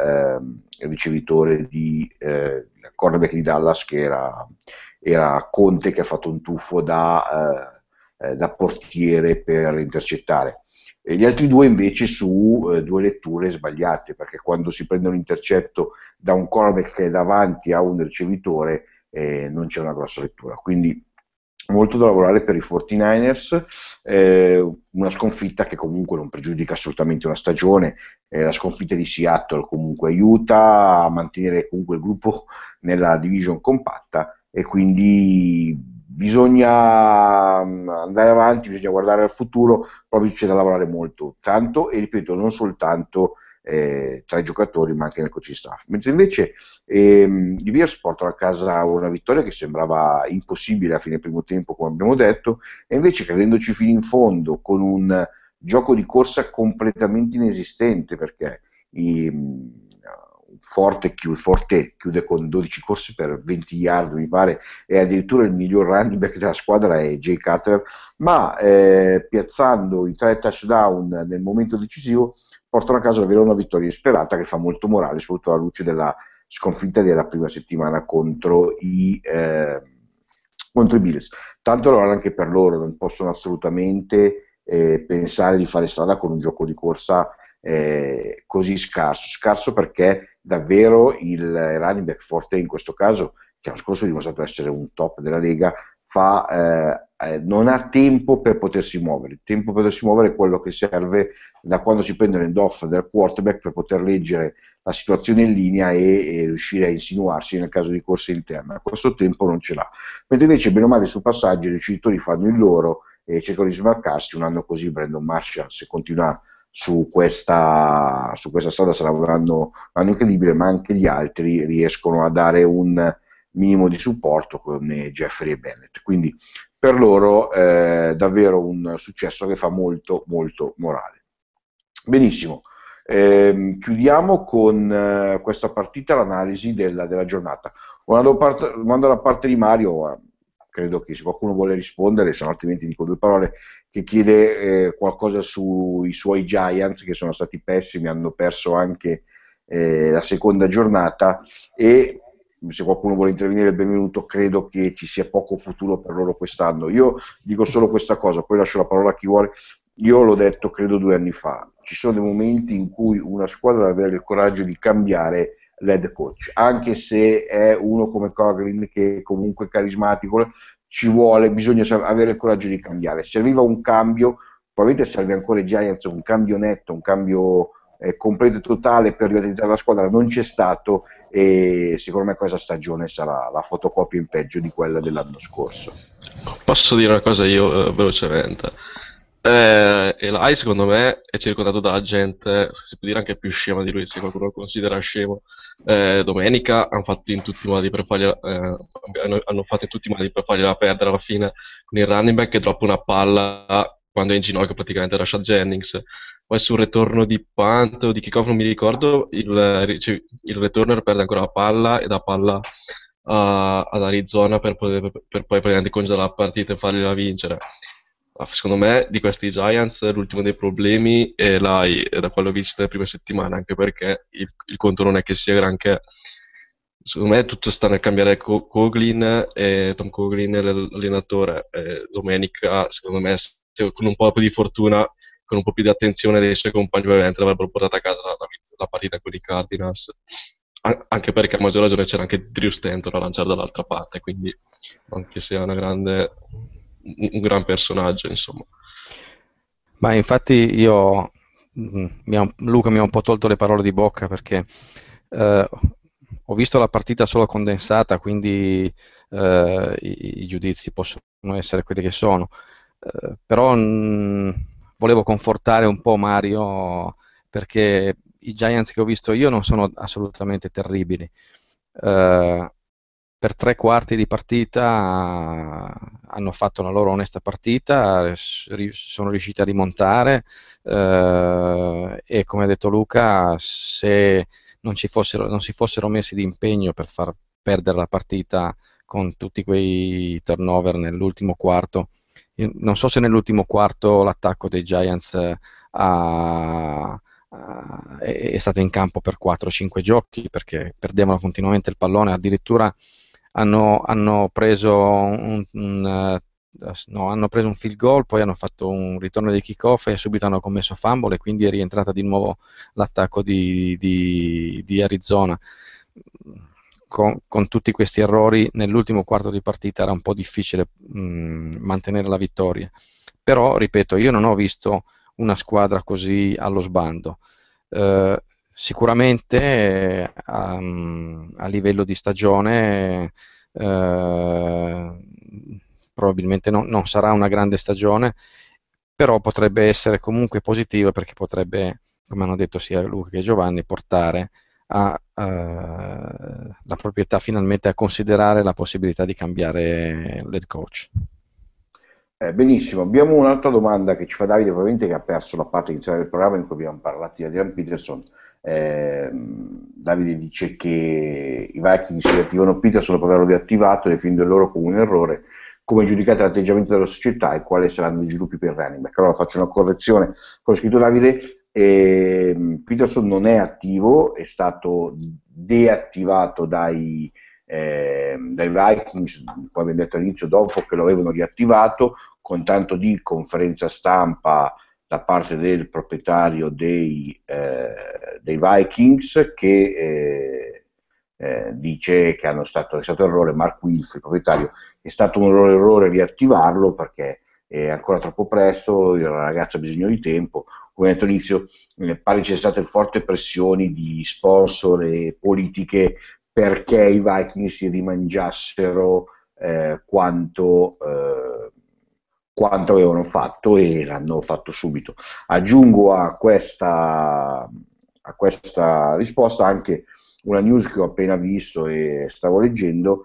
eh, ricevitore di eh, il cornerback di Dallas, che era, era Conte, che ha fatto un tuffo da, eh, da portiere per intercettare. E gli altri due invece su eh, due letture sbagliate, perché quando si prende un intercetto da un cornerback che è davanti a un ricevitore eh, non c'è una grossa lettura, quindi molto da lavorare per i quarantanovers, eh, una sconfitta che comunque non pregiudica assolutamente una stagione. Eh, la sconfitta di Seattle comunque aiuta a mantenere comunque il gruppo nella division compatta, e quindi bisogna andare avanti, bisogna guardare al futuro, proprio c'è da lavorare molto, tanto, e ripeto, non soltanto eh, tra i giocatori, ma anche nel coaching staff. Mentre invece ehm, i Bears portano a casa una vittoria che sembrava impossibile a fine primo tempo, come abbiamo detto, e invece, credendoci fino in fondo, con un gioco di corsa completamente inesistente, perché i, Forte chiude, Forte chiude con dodici corse per venti yard, mi pare, e addirittura il miglior running back della squadra è Jay Cutler, ma eh, piazzando i tre touchdown nel momento decisivo portano a casa davvero una vittoria sperata, che fa molto morale, soprattutto alla luce della sconfitta della prima settimana contro i, eh, contro i Bills. Tanto allora anche per loro non possono assolutamente eh, pensare di fare strada con un gioco di corsa eh, così scarso, scarso perché davvero il running back Forte, in questo caso, che l'anno scorso ha dimostrato essere un top della Lega, fa, eh, eh, non ha tempo per potersi muovere. Il tempo per potersi muovere è quello che serve da quando si prende l'end-off del quarterback per poter leggere la situazione in linea e, e riuscire a insinuarsi nel caso di corsa interna. Questo tempo non ce l'ha. Mentre invece, bene o male, su passaggi i ricevitori fanno il loro e cercano di smarcarsi. Un anno così Brandon Marshall, se continua su questa, su questa strada, sarà un anno, un anno incredibile, ma anche gli altri riescono a dare un minimo di supporto, come Jeffrey e Bennett. Quindi per loro eh, davvero un successo che fa molto molto morale. Benissimo, eh, chiudiamo con eh, questa partita l'analisi della, della giornata. Mando, part- mando la parte di Mario, eh, credo che se qualcuno vuole rispondere, se no altrimenti dico due parole, che chiede eh, qualcosa sui suoi Giants, che sono stati pessimi, hanno perso anche eh, la seconda giornata, e se qualcuno vuole intervenire, benvenuto. Credo che ci sia poco futuro per loro quest'anno. Io dico solo questa cosa, poi lascio la parola a chi vuole. Io l'ho detto credo due anni fa, ci sono dei momenti in cui una squadra deve avere il coraggio di cambiare l'head coach, anche se è uno come Coughlin, che è comunque carismatico, ci vuole, bisogna avere il coraggio di cambiare. Serviva un cambio, probabilmente serve ancora ai Giants un cambio netto, un cambio eh, completo e totale per rivitalizzare la squadra, non c'è stato, e secondo me questa stagione sarà la fotocopia in peggio di quella dell'anno scorso. Posso dire una cosa io eh, velocemente? Eh, Eli secondo me è circondato da gente, si può dire anche più scema di lui, se qualcuno lo considera scemo. Eh, domenica hanno fatto in tutti i modi per fargliela, eh, hanno, hanno fatto in tutti i modi per fargliela perdere alla fine con il running back che droppa una palla quando è in ginocchio praticamente Rashad Jennings. Poi sul ritorno di punt o di kickoff non mi ricordo, il, rice- il returner perde ancora la palla e dà palla a- ad Arizona per, poter- per poi praticamente congelare la partita e fargliela vincere. Ah, secondo me di questi Giants l'ultimo dei problemi è l'A I, e da quello visto le prime settimane, anche perché il, il conto non è che sia granché. Secondo me tutto sta nel cambiare Co- Coughlin e Tom Coughlin, l'allenatore. E domenica, secondo me, se- con un po' più di fortuna, con un po' più di attenzione dei suoi compagni, ovviamente l'avrebbero portata a casa la, la- la partita con i Cardinals. An- anche perché a maggior ragione c'era anche Drew Stanton a lanciare dall'altra parte, quindi anche se è una grande, un, un gran personaggio, insomma. Ma infatti io, mm, mi ha- Luca mi ha un po' tolto le parole di bocca perché eh, ho visto la partita solo condensata, quindi eh, i, i giudizi possono essere quelli che sono. Eh, però mm, volevo confortare un po' Mario perché i Giants che ho visto io non sono assolutamente terribili. Eh, per tre quarti di partita hanno fatto la loro onesta partita, s- ri- sono riusciti a rimontare eh, e come ha detto Luca, se non ci fossero, non si fossero messi di impegno per far perdere la partita con tutti quei turnover nell'ultimo quarto, io non so se nell'ultimo quarto l'attacco dei Giants eh, ha- ha- è, è stato in campo per quattro cinque giochi perché perdevano continuamente il pallone, addirittura hanno, hanno preso un, un, eh, no, hanno preso un field goal, poi hanno fatto un ritorno di kickoff e subito hanno commesso fumble e quindi è rientrata di nuovo l'attacco di, di- di Arizona. Con, con tutti questi errori nell'ultimo quarto di partita era un po' difficile mh, mantenere la vittoria. Però, ripeto, io non ho visto una squadra così allo sbando. Eh, Sicuramente eh, a, a livello di stagione eh, probabilmente non, non sarà una grande stagione, però potrebbe essere comunque positivo perché potrebbe, come hanno detto sia Luca che Giovanni, portare a, eh, la proprietà finalmente a considerare la possibilità di cambiare l'head coach. Eh, benissimo, abbiamo un'altra domanda che ci fa Davide, probabilmente che ha perso la parte iniziale del programma in cui abbiamo parlato di Adrian Peterson. Eh, Davide dice che i Vikings riattivano Peterson dopo averlo riattivato, definendo il loro come un errore. Come giudicate l'atteggiamento della società e quali saranno i sviluppi per running back? Allora faccio una correzione, come ha scritto Davide, eh, Peterson non è attivo, è stato deattivato dai, eh, dai Vikings, come abbiamo detto all'inizio, dopo che lo avevano riattivato, con tanto di conferenza stampa da parte del proprietario dei, eh, dei Vikings che eh, eh, dice che hanno stato, è stato un errore. Mark Wilf, il proprietario, è stato un errore, errore riattivarlo perché è ancora troppo presto, il ragazzo ha bisogno di tempo. Come detto all'inizio, eh, pare ci siano state forti pressioni di sponsor e politiche perché i Vikings si rimangiassero eh, quanto, eh, quanto avevano fatto e l'hanno fatto subito. Aggiungo a questa, a questa risposta anche una news che ho appena visto e stavo leggendo.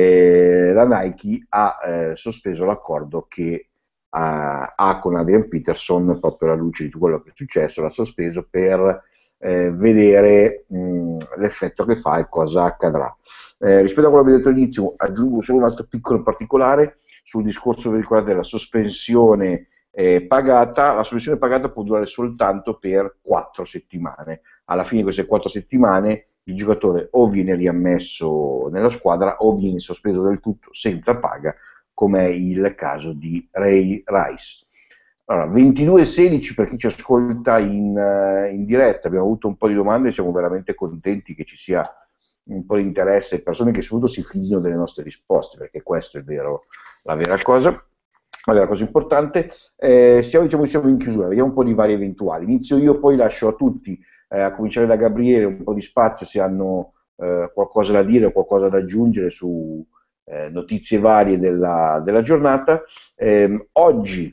Eh, la Nike ha eh, sospeso l'accordo che ha, ha con Adrian Peterson, proprio alla luce di tutto quello che è successo, l'ha sospeso per eh, vedere mh, l'effetto che fa e cosa accadrà. Eh, rispetto a quello che abbiamo detto all'inizio, aggiungo solo un altro piccolo particolare sul discorso, vi ricordate, della sospensione eh, pagata. La sospensione pagata può durare soltanto per quattro settimane. Alla fine di queste quattro settimane il giocatore o viene riammesso nella squadra o viene sospeso del tutto senza paga, come è il caso di Ray Rice. Allora, ventidue sedici per chi ci ascolta in, uh, in diretta, abbiamo avuto un po' di domande e siamo veramente contenti che ci sia un po' di interesse e persone che soprattutto si fidino delle nostre risposte, perché questo è vero, la vera cosa, la vera cosa importante. Eh, siamo, diciamo, siamo in chiusura, vediamo un po' di vari eventuali. Inizio io, poi lascio a tutti, eh, a cominciare da Gabriele, un po' di spazio se hanno eh, qualcosa da dire o qualcosa da aggiungere su eh, notizie varie della, della giornata. Eh, oggi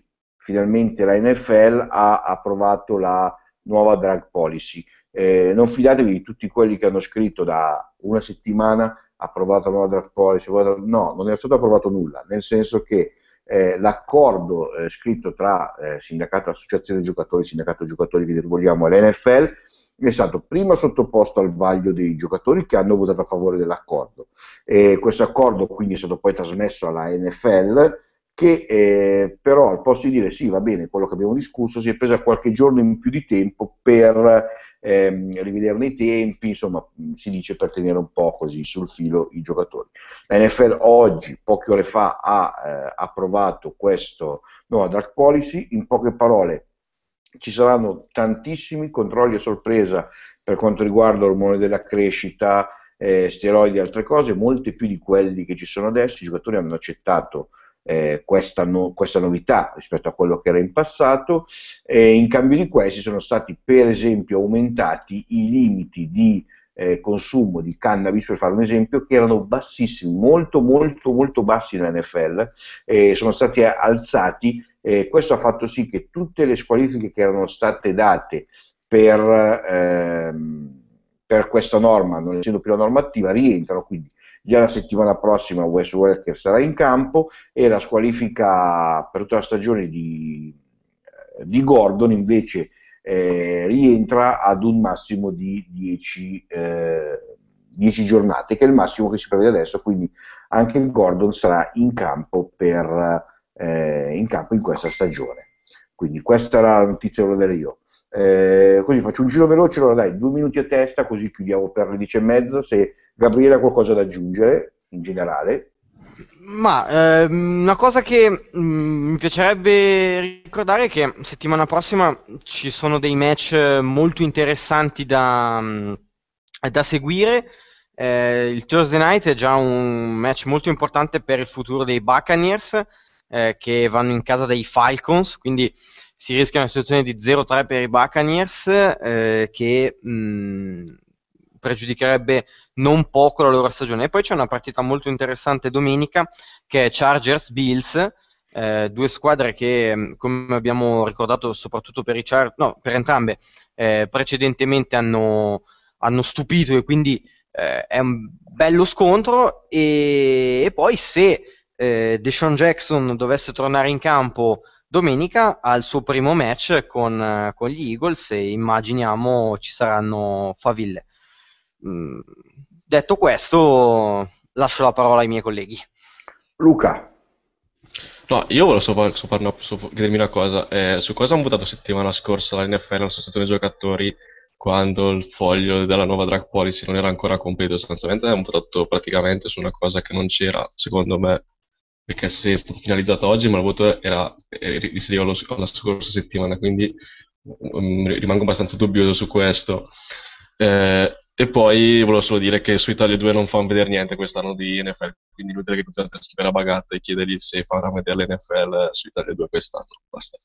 finalmente la N F L ha approvato la nuova drug policy. Eh, non fidatevi di tutti quelli che hanno scritto da una settimana approvato la nuova drug policy, no, non è stato approvato nulla, nel senso che eh, l'accordo eh, scritto tra eh, sindacato, associazione giocatori, sindacato giocatori che vogliamo e l'N F L è stato prima sottoposto al vaglio dei giocatori che hanno votato a favore dell'accordo, e questo accordo quindi è stato poi trasmesso alla N F L, che eh, però al posto di dire sì, va bene, quello che abbiamo discusso, si è presa qualche giorno in più di tempo per ehm, rivederne i tempi, insomma si dice per tenere un po' così sul filo i giocatori. La N F L oggi, poche ore fa, ha eh, approvato questo nuova drug policy. In poche parole, ci saranno tantissimi controlli a sorpresa per quanto riguarda l'ormone della crescita, eh, steroidi e altre cose, molti più di quelli che ci sono adesso. I giocatori hanno accettato eh, questa, no, questa novità rispetto a quello che era in passato, e in cambio di questi sono stati per esempio aumentati i limiti di eh, consumo di cannabis, per fare un esempio, che erano bassissimi, molto molto molto bassi nell'N F L, e sono stati alzati. Eh, questo ha fatto sì che tutte le squalifiche che erano state date per, ehm, per questa norma, non essendo più la normativa, rientrano, quindi già la settimana prossima Wes Welker sarà in campo, e la squalifica per tutta la stagione di, di Gordon invece eh, rientra ad un massimo di dieci, eh, dieci giornate, che è il massimo che si prevede adesso, quindi anche Gordon sarà in campo per Eh, in campo in questa stagione. Quindi questa era la notizia che volevo vedere io. Eh, così faccio un giro veloce, allora dai, due minuti a testa, così chiudiamo per le dieci e mezza. Se Gabriele ha qualcosa da aggiungere in generale. Ma eh, una cosa che mh, mi piacerebbe ricordare è che settimana prossima ci sono dei match molto interessanti da, mh, da seguire. Eh, il Thursday Night è già un match molto importante per il futuro dei Buccaneers, Eh, che vanno in casa dei Falcons, quindi si rischia una situazione di zero tre per i Buccaneers, eh, che mh, pregiudicherebbe non poco la loro stagione. E poi c'è una partita molto interessante domenica, che è Chargers-Bills, eh, due squadre che, come abbiamo ricordato, soprattutto per i Char- no, per entrambe, eh, precedentemente hanno, hanno stupito, e quindi eh, è un bello scontro. E, e poi se Eh, Deshaun Jackson dovesse tornare in campo domenica, ha il suo primo match con, eh, con gli Eagles, e immaginiamo ci saranno faville. Mm, detto questo, lascio la parola ai miei colleghi. Luca. No, io volevo solo, solo parla- solo chiedermi una cosa. Eh, su cosa hanno votato settimana scorsa la N F L, l'associazione giocatori, quando il foglio della nuova drug policy non era ancora completo? Sostanzialmente hanno votato praticamente su una cosa che non c'era, secondo me, perché se è stato finalizzato oggi, ma il voto era, era- risaliva allo- alla scorsa settimana, quindi um, rimango abbastanza dubbioso su questo. Eh, e poi volevo solo dire che su Italia due non fanno vedere niente quest'anno di N F L, quindi inutile che continuate a scrivere la bagatta e chiedergli se faranno vedere l'N F L su Italia due quest'anno. Basta.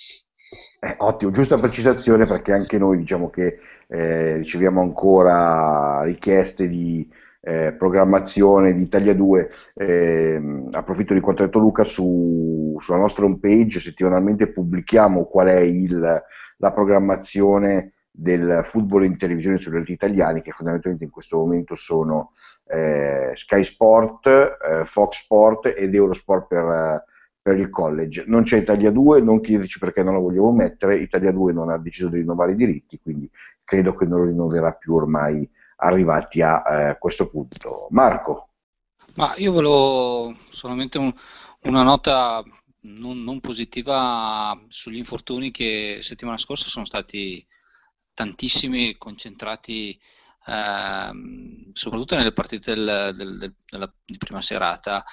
Eh, ottimo, giusta precisazione, perché anche noi diciamo che eh, riceviamo ancora richieste di eh, programmazione di Italia due. Eh, approfitto di quanto ha detto Luca, su, sulla nostra homepage settimanalmente pubblichiamo qual è il, la programmazione del football in televisione sui realtà italiani, che fondamentalmente in questo momento sono eh, Sky Sport, eh, Fox Sport ed Eurosport per... Eh, per il college. Non c'è Italia due, non chiederci perché non la vogliamo mettere. Italia due non ha deciso di rinnovare i diritti, quindi credo che non lo rinnoverà più, ormai arrivati a eh, questo punto. Marco. Ma io volevo solamente un- una nota non, non positiva sugli infortuni, che settimana scorsa sono stati tantissimi, concentrati ehm, soprattutto nelle partite del- del- del- della, di prima serata.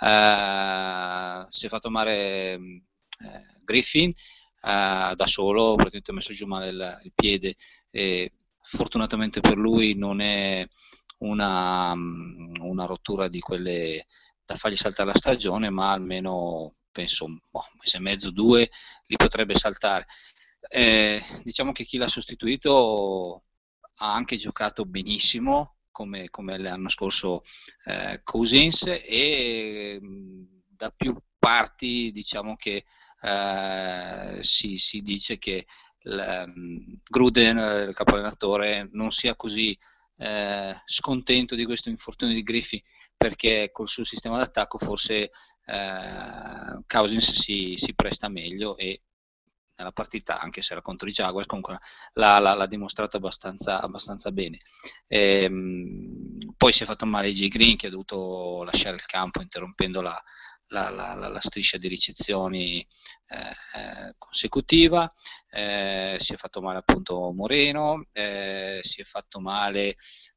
Eh, si è fatto male eh, Griffin, eh, da solo, praticamente ha messo giù male il, il piede, e fortunatamente per lui non è una, una rottura di quelle da fargli saltare la stagione, ma almeno penso un boh, un mese e mezzo, due li potrebbe saltare. Eh, diciamo che chi l'ha sostituito ha anche giocato benissimo, come, come l'anno scorso eh, Cousins, e mh, da più parti diciamo che eh, si, si dice che il, Gruden, il capo allenatore, non sia così eh, scontento di questo infortunio di Griffin, perché col suo sistema d'attacco forse eh, Cousins si, si presta meglio, e nella partita, anche se era contro i Jaguars, comunque l'ha, l'ha, l'ha dimostrato abbastanza, abbastanza bene. Ehm, poi si è fatto male J. Green, che ha dovuto lasciare il campo interrompendo la, la, la, la, la striscia di ricezioni eh, consecutiva. Eh, si è fatto male appunto Moreno, eh, si è fatto male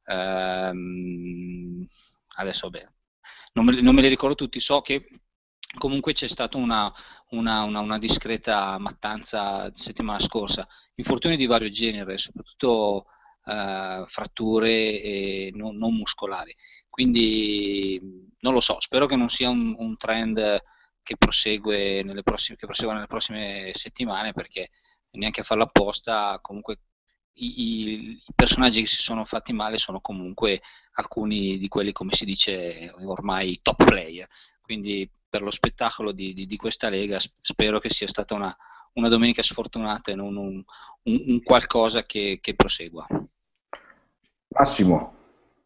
ehm, adesso vabbè, non me, non me li ricordo tutti, so che comunque c'è stata una, una, una, una discreta mattanza settimana scorsa, infortuni di vario genere, soprattutto eh, fratture e non, non muscolari, quindi non lo so, spero che non sia un, un trend che prosegue nelle prossime, che prosegue nelle prossime settimane, perché neanche a farlo apposta, comunque i, i, i personaggi che si sono fatti male sono comunque alcuni di quelli, come si dice ormai, top player, quindi per lo spettacolo di, di, di questa lega spero che sia stata una, una domenica sfortunata e non un, un, un qualcosa che, che prosegua. Massimo.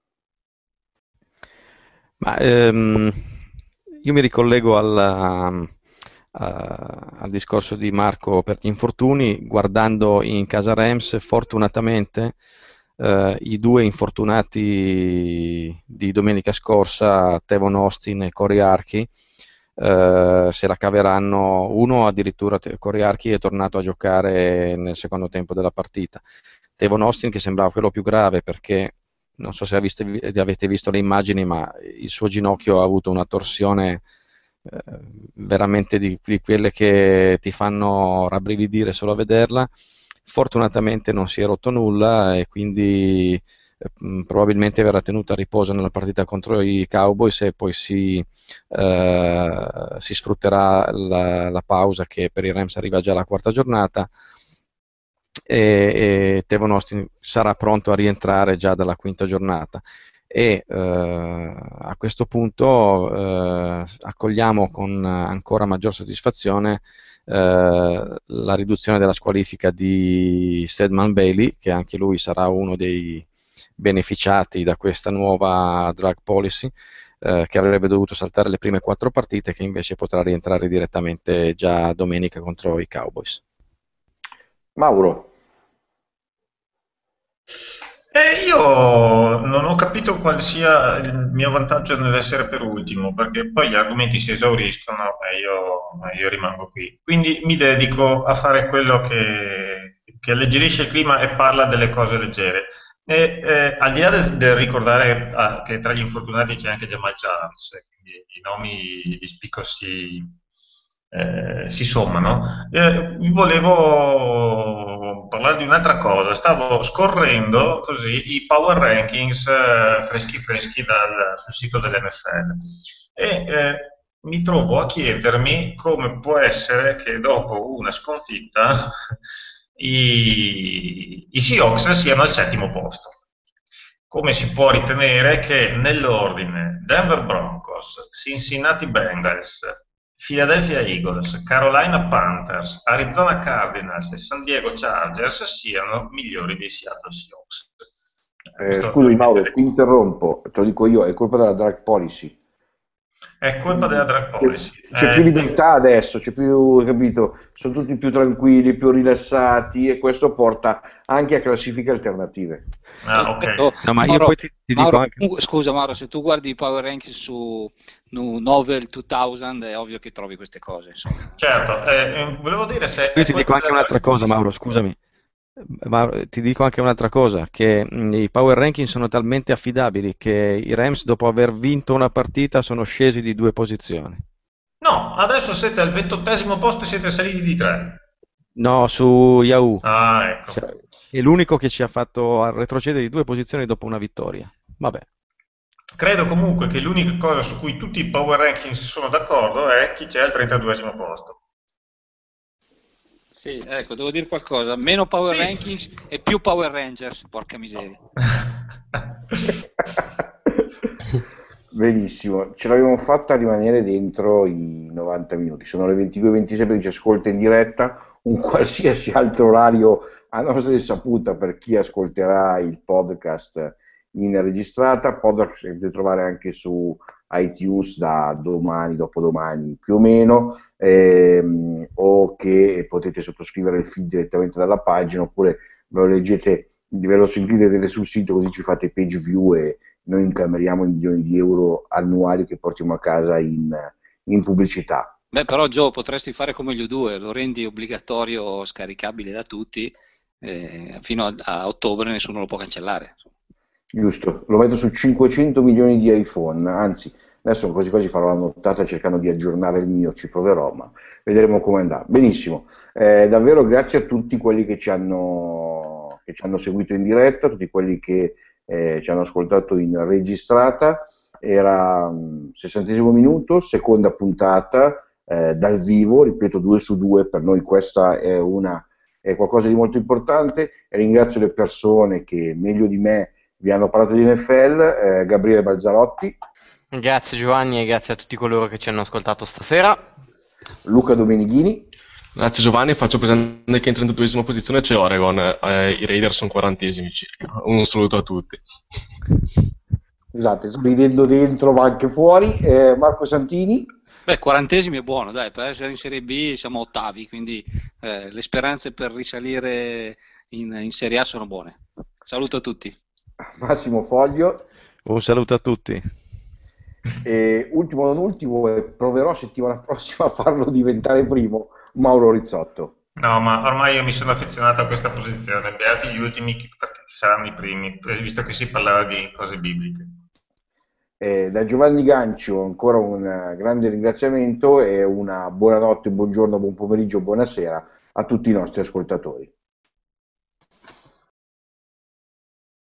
Ma, ehm, io mi ricollego alla, uh, al discorso di Marco per gli infortuni, guardando in casa Rams, fortunatamente uh, i due infortunati di domenica scorsa, Tevon Austin e Corey Archi, Uh, se la caveranno. Uno addirittura, Corey Archi, è tornato a giocare nel secondo tempo della partita. Tevon Austin, che sembrava quello più grave, perché non so se avete, avete visto le immagini, ma il suo ginocchio ha avuto una torsione eh, veramente di, di quelle che ti fanno rabbrividire solo a vederla. Fortunatamente non si è rotto nulla e quindi probabilmente verrà tenuto a riposo nella partita contro i Cowboys, e poi si, eh, si sfrutterà la, la pausa, che per i Rams arriva già alla quarta giornata, e, e Tevon Austin sarà pronto a rientrare già dalla quinta giornata, e eh, a questo punto eh, accogliamo con ancora maggior soddisfazione eh, la riduzione della squalifica di Stedman Bailey, che anche lui sarà uno dei beneficiati da questa nuova drug policy, eh, che avrebbe dovuto saltare le prime quattro partite, che invece potrà rientrare direttamente già domenica contro i Cowboys. Mauro. Eh, io non ho capito quale sia il mio vantaggio nell'essere per ultimo, perché poi gli argomenti si esauriscono e io, io rimango qui. Quindi mi dedico a fare quello che, che alleggerisce il clima e parla delle cose leggere. E, eh, al di là del, del ricordare ah, che tra gli infortunati c'è anche Jamal Charles, quindi i nomi di spicco si, eh, si sommano, eh, volevo parlare di un'altra cosa. Stavo scorrendo così i power rankings eh, freschi freschi dal, sul sito dell'N F L e eh, mi trovo a chiedermi come può essere che dopo una sconfitta I, i Seahawks siano al settimo posto. Come si può ritenere che nell'ordine Denver Broncos, Cincinnati Bengals, Philadelphia Eagles, Carolina Panthers, Arizona Cardinals e San Diego Chargers siano migliori dei Seattle Seahawks? Eh, scusami Mauro, ti interrompo, te lo dico io, è colpa della drug policy. È colpa della drug policy. C'è eh, più libertà adesso, c'è più, capito? Sono tutti più tranquilli, più rilassati, e questo porta anche a classifiche alternative. Ah, ok. Oh, No, ma Mauro, io poi ti, ti Mauro, dico anche... comunque, scusa Mauro, se tu guardi i power rankings su nu, Novel duemila è ovvio che trovi queste cose, insomma. Certo, eh, volevo dire se... Io ti dico anche della... un'altra cosa, Mauro, scusami. Ma ti dico anche un'altra cosa, che mh, i power ranking sono talmente affidabili che i Rams, dopo aver vinto una partita, sono scesi di due posizioni. No, adesso siete al ventottesimo posto e siete saliti di tre. No, su Yahoo. Ah, ecco. Cioè, è l'unico che ci ha fatto retrocedere di due posizioni dopo una vittoria. Vabbè. Credo comunque che l'unica cosa su cui tutti i power rankings sono d'accordo è chi c'è al trentaduesimo posto. Sì, ecco, devo dire qualcosa. Meno power Sì. rankings e più Power Rangers, porca miseria. Benissimo, ce l'abbiamo fatta rimanere dentro i novanta minuti, sono le ventidue e ventisei per chi ci ascolta in diretta, un qualsiasi altro orario a nostra insaputa per chi ascolterà il podcast in registrata. Podcast che potete trovare anche su iTunes da domani, dopodomani più o meno, ehm, o che potete sottoscrivere il feed direttamente dalla pagina, oppure ve lo leggete, ve lo sentite sul sito, così ci fate page view e noi incameriamo i milioni di euro annuali che portiamo a casa in, in pubblicità. Beh, però Gio, potresti fare come gli U due, lo rendi obbligatorio, scaricabile da tutti, eh, fino a, a ottobre nessuno lo può cancellare. Giusto, lo metto su cinquecento milioni di iPhone, anzi, adesso quasi quasi farò la nottata cercando di aggiornare il mio, ci proverò, ma vedremo come andrà. Benissimo, eh, davvero grazie a tutti quelli che ci hanno, che ci hanno seguito in diretta, tutti quelli che Eh, ci hanno ascoltato in registrata. Era um, sessantesimo minuto, seconda puntata eh, dal vivo, ripeto, due su due, per noi questa è, una, è qualcosa di molto importante, e ringrazio le persone che meglio di me vi hanno parlato di N F L, eh, Gabriele Balzarotti. Grazie Giovanni e grazie a tutti coloro che ci hanno ascoltato stasera. Luca Domenighini. Grazie Giovanni, faccio presente che in trentaduesima posizione c'è Oregon, eh, i Raiders sono quarantesimi circa. Un saluto a tutti. Esatto, sto ridendo dentro ma anche fuori. eh, Marco Santini. Beh, quarantesimi è buono, dai, per essere in Serie B siamo ottavi, quindi eh, le speranze per risalire in, in Serie A sono buone. Saluto a tutti. Massimo Foglio. Un saluto a tutti. E ultimo non ultimo, e proverò settimana prossima a farlo diventare primo, Mauro Rizzotto. No, ma ormai io mi sono affezionato a questa posizione, beati gli ultimi che perché saranno i primi, visto che si parlava di cose bibliche. Eh, da Giovanni Gancio ancora un grande ringraziamento e una buonanotte, buongiorno, buon pomeriggio, buonasera a tutti i nostri ascoltatori.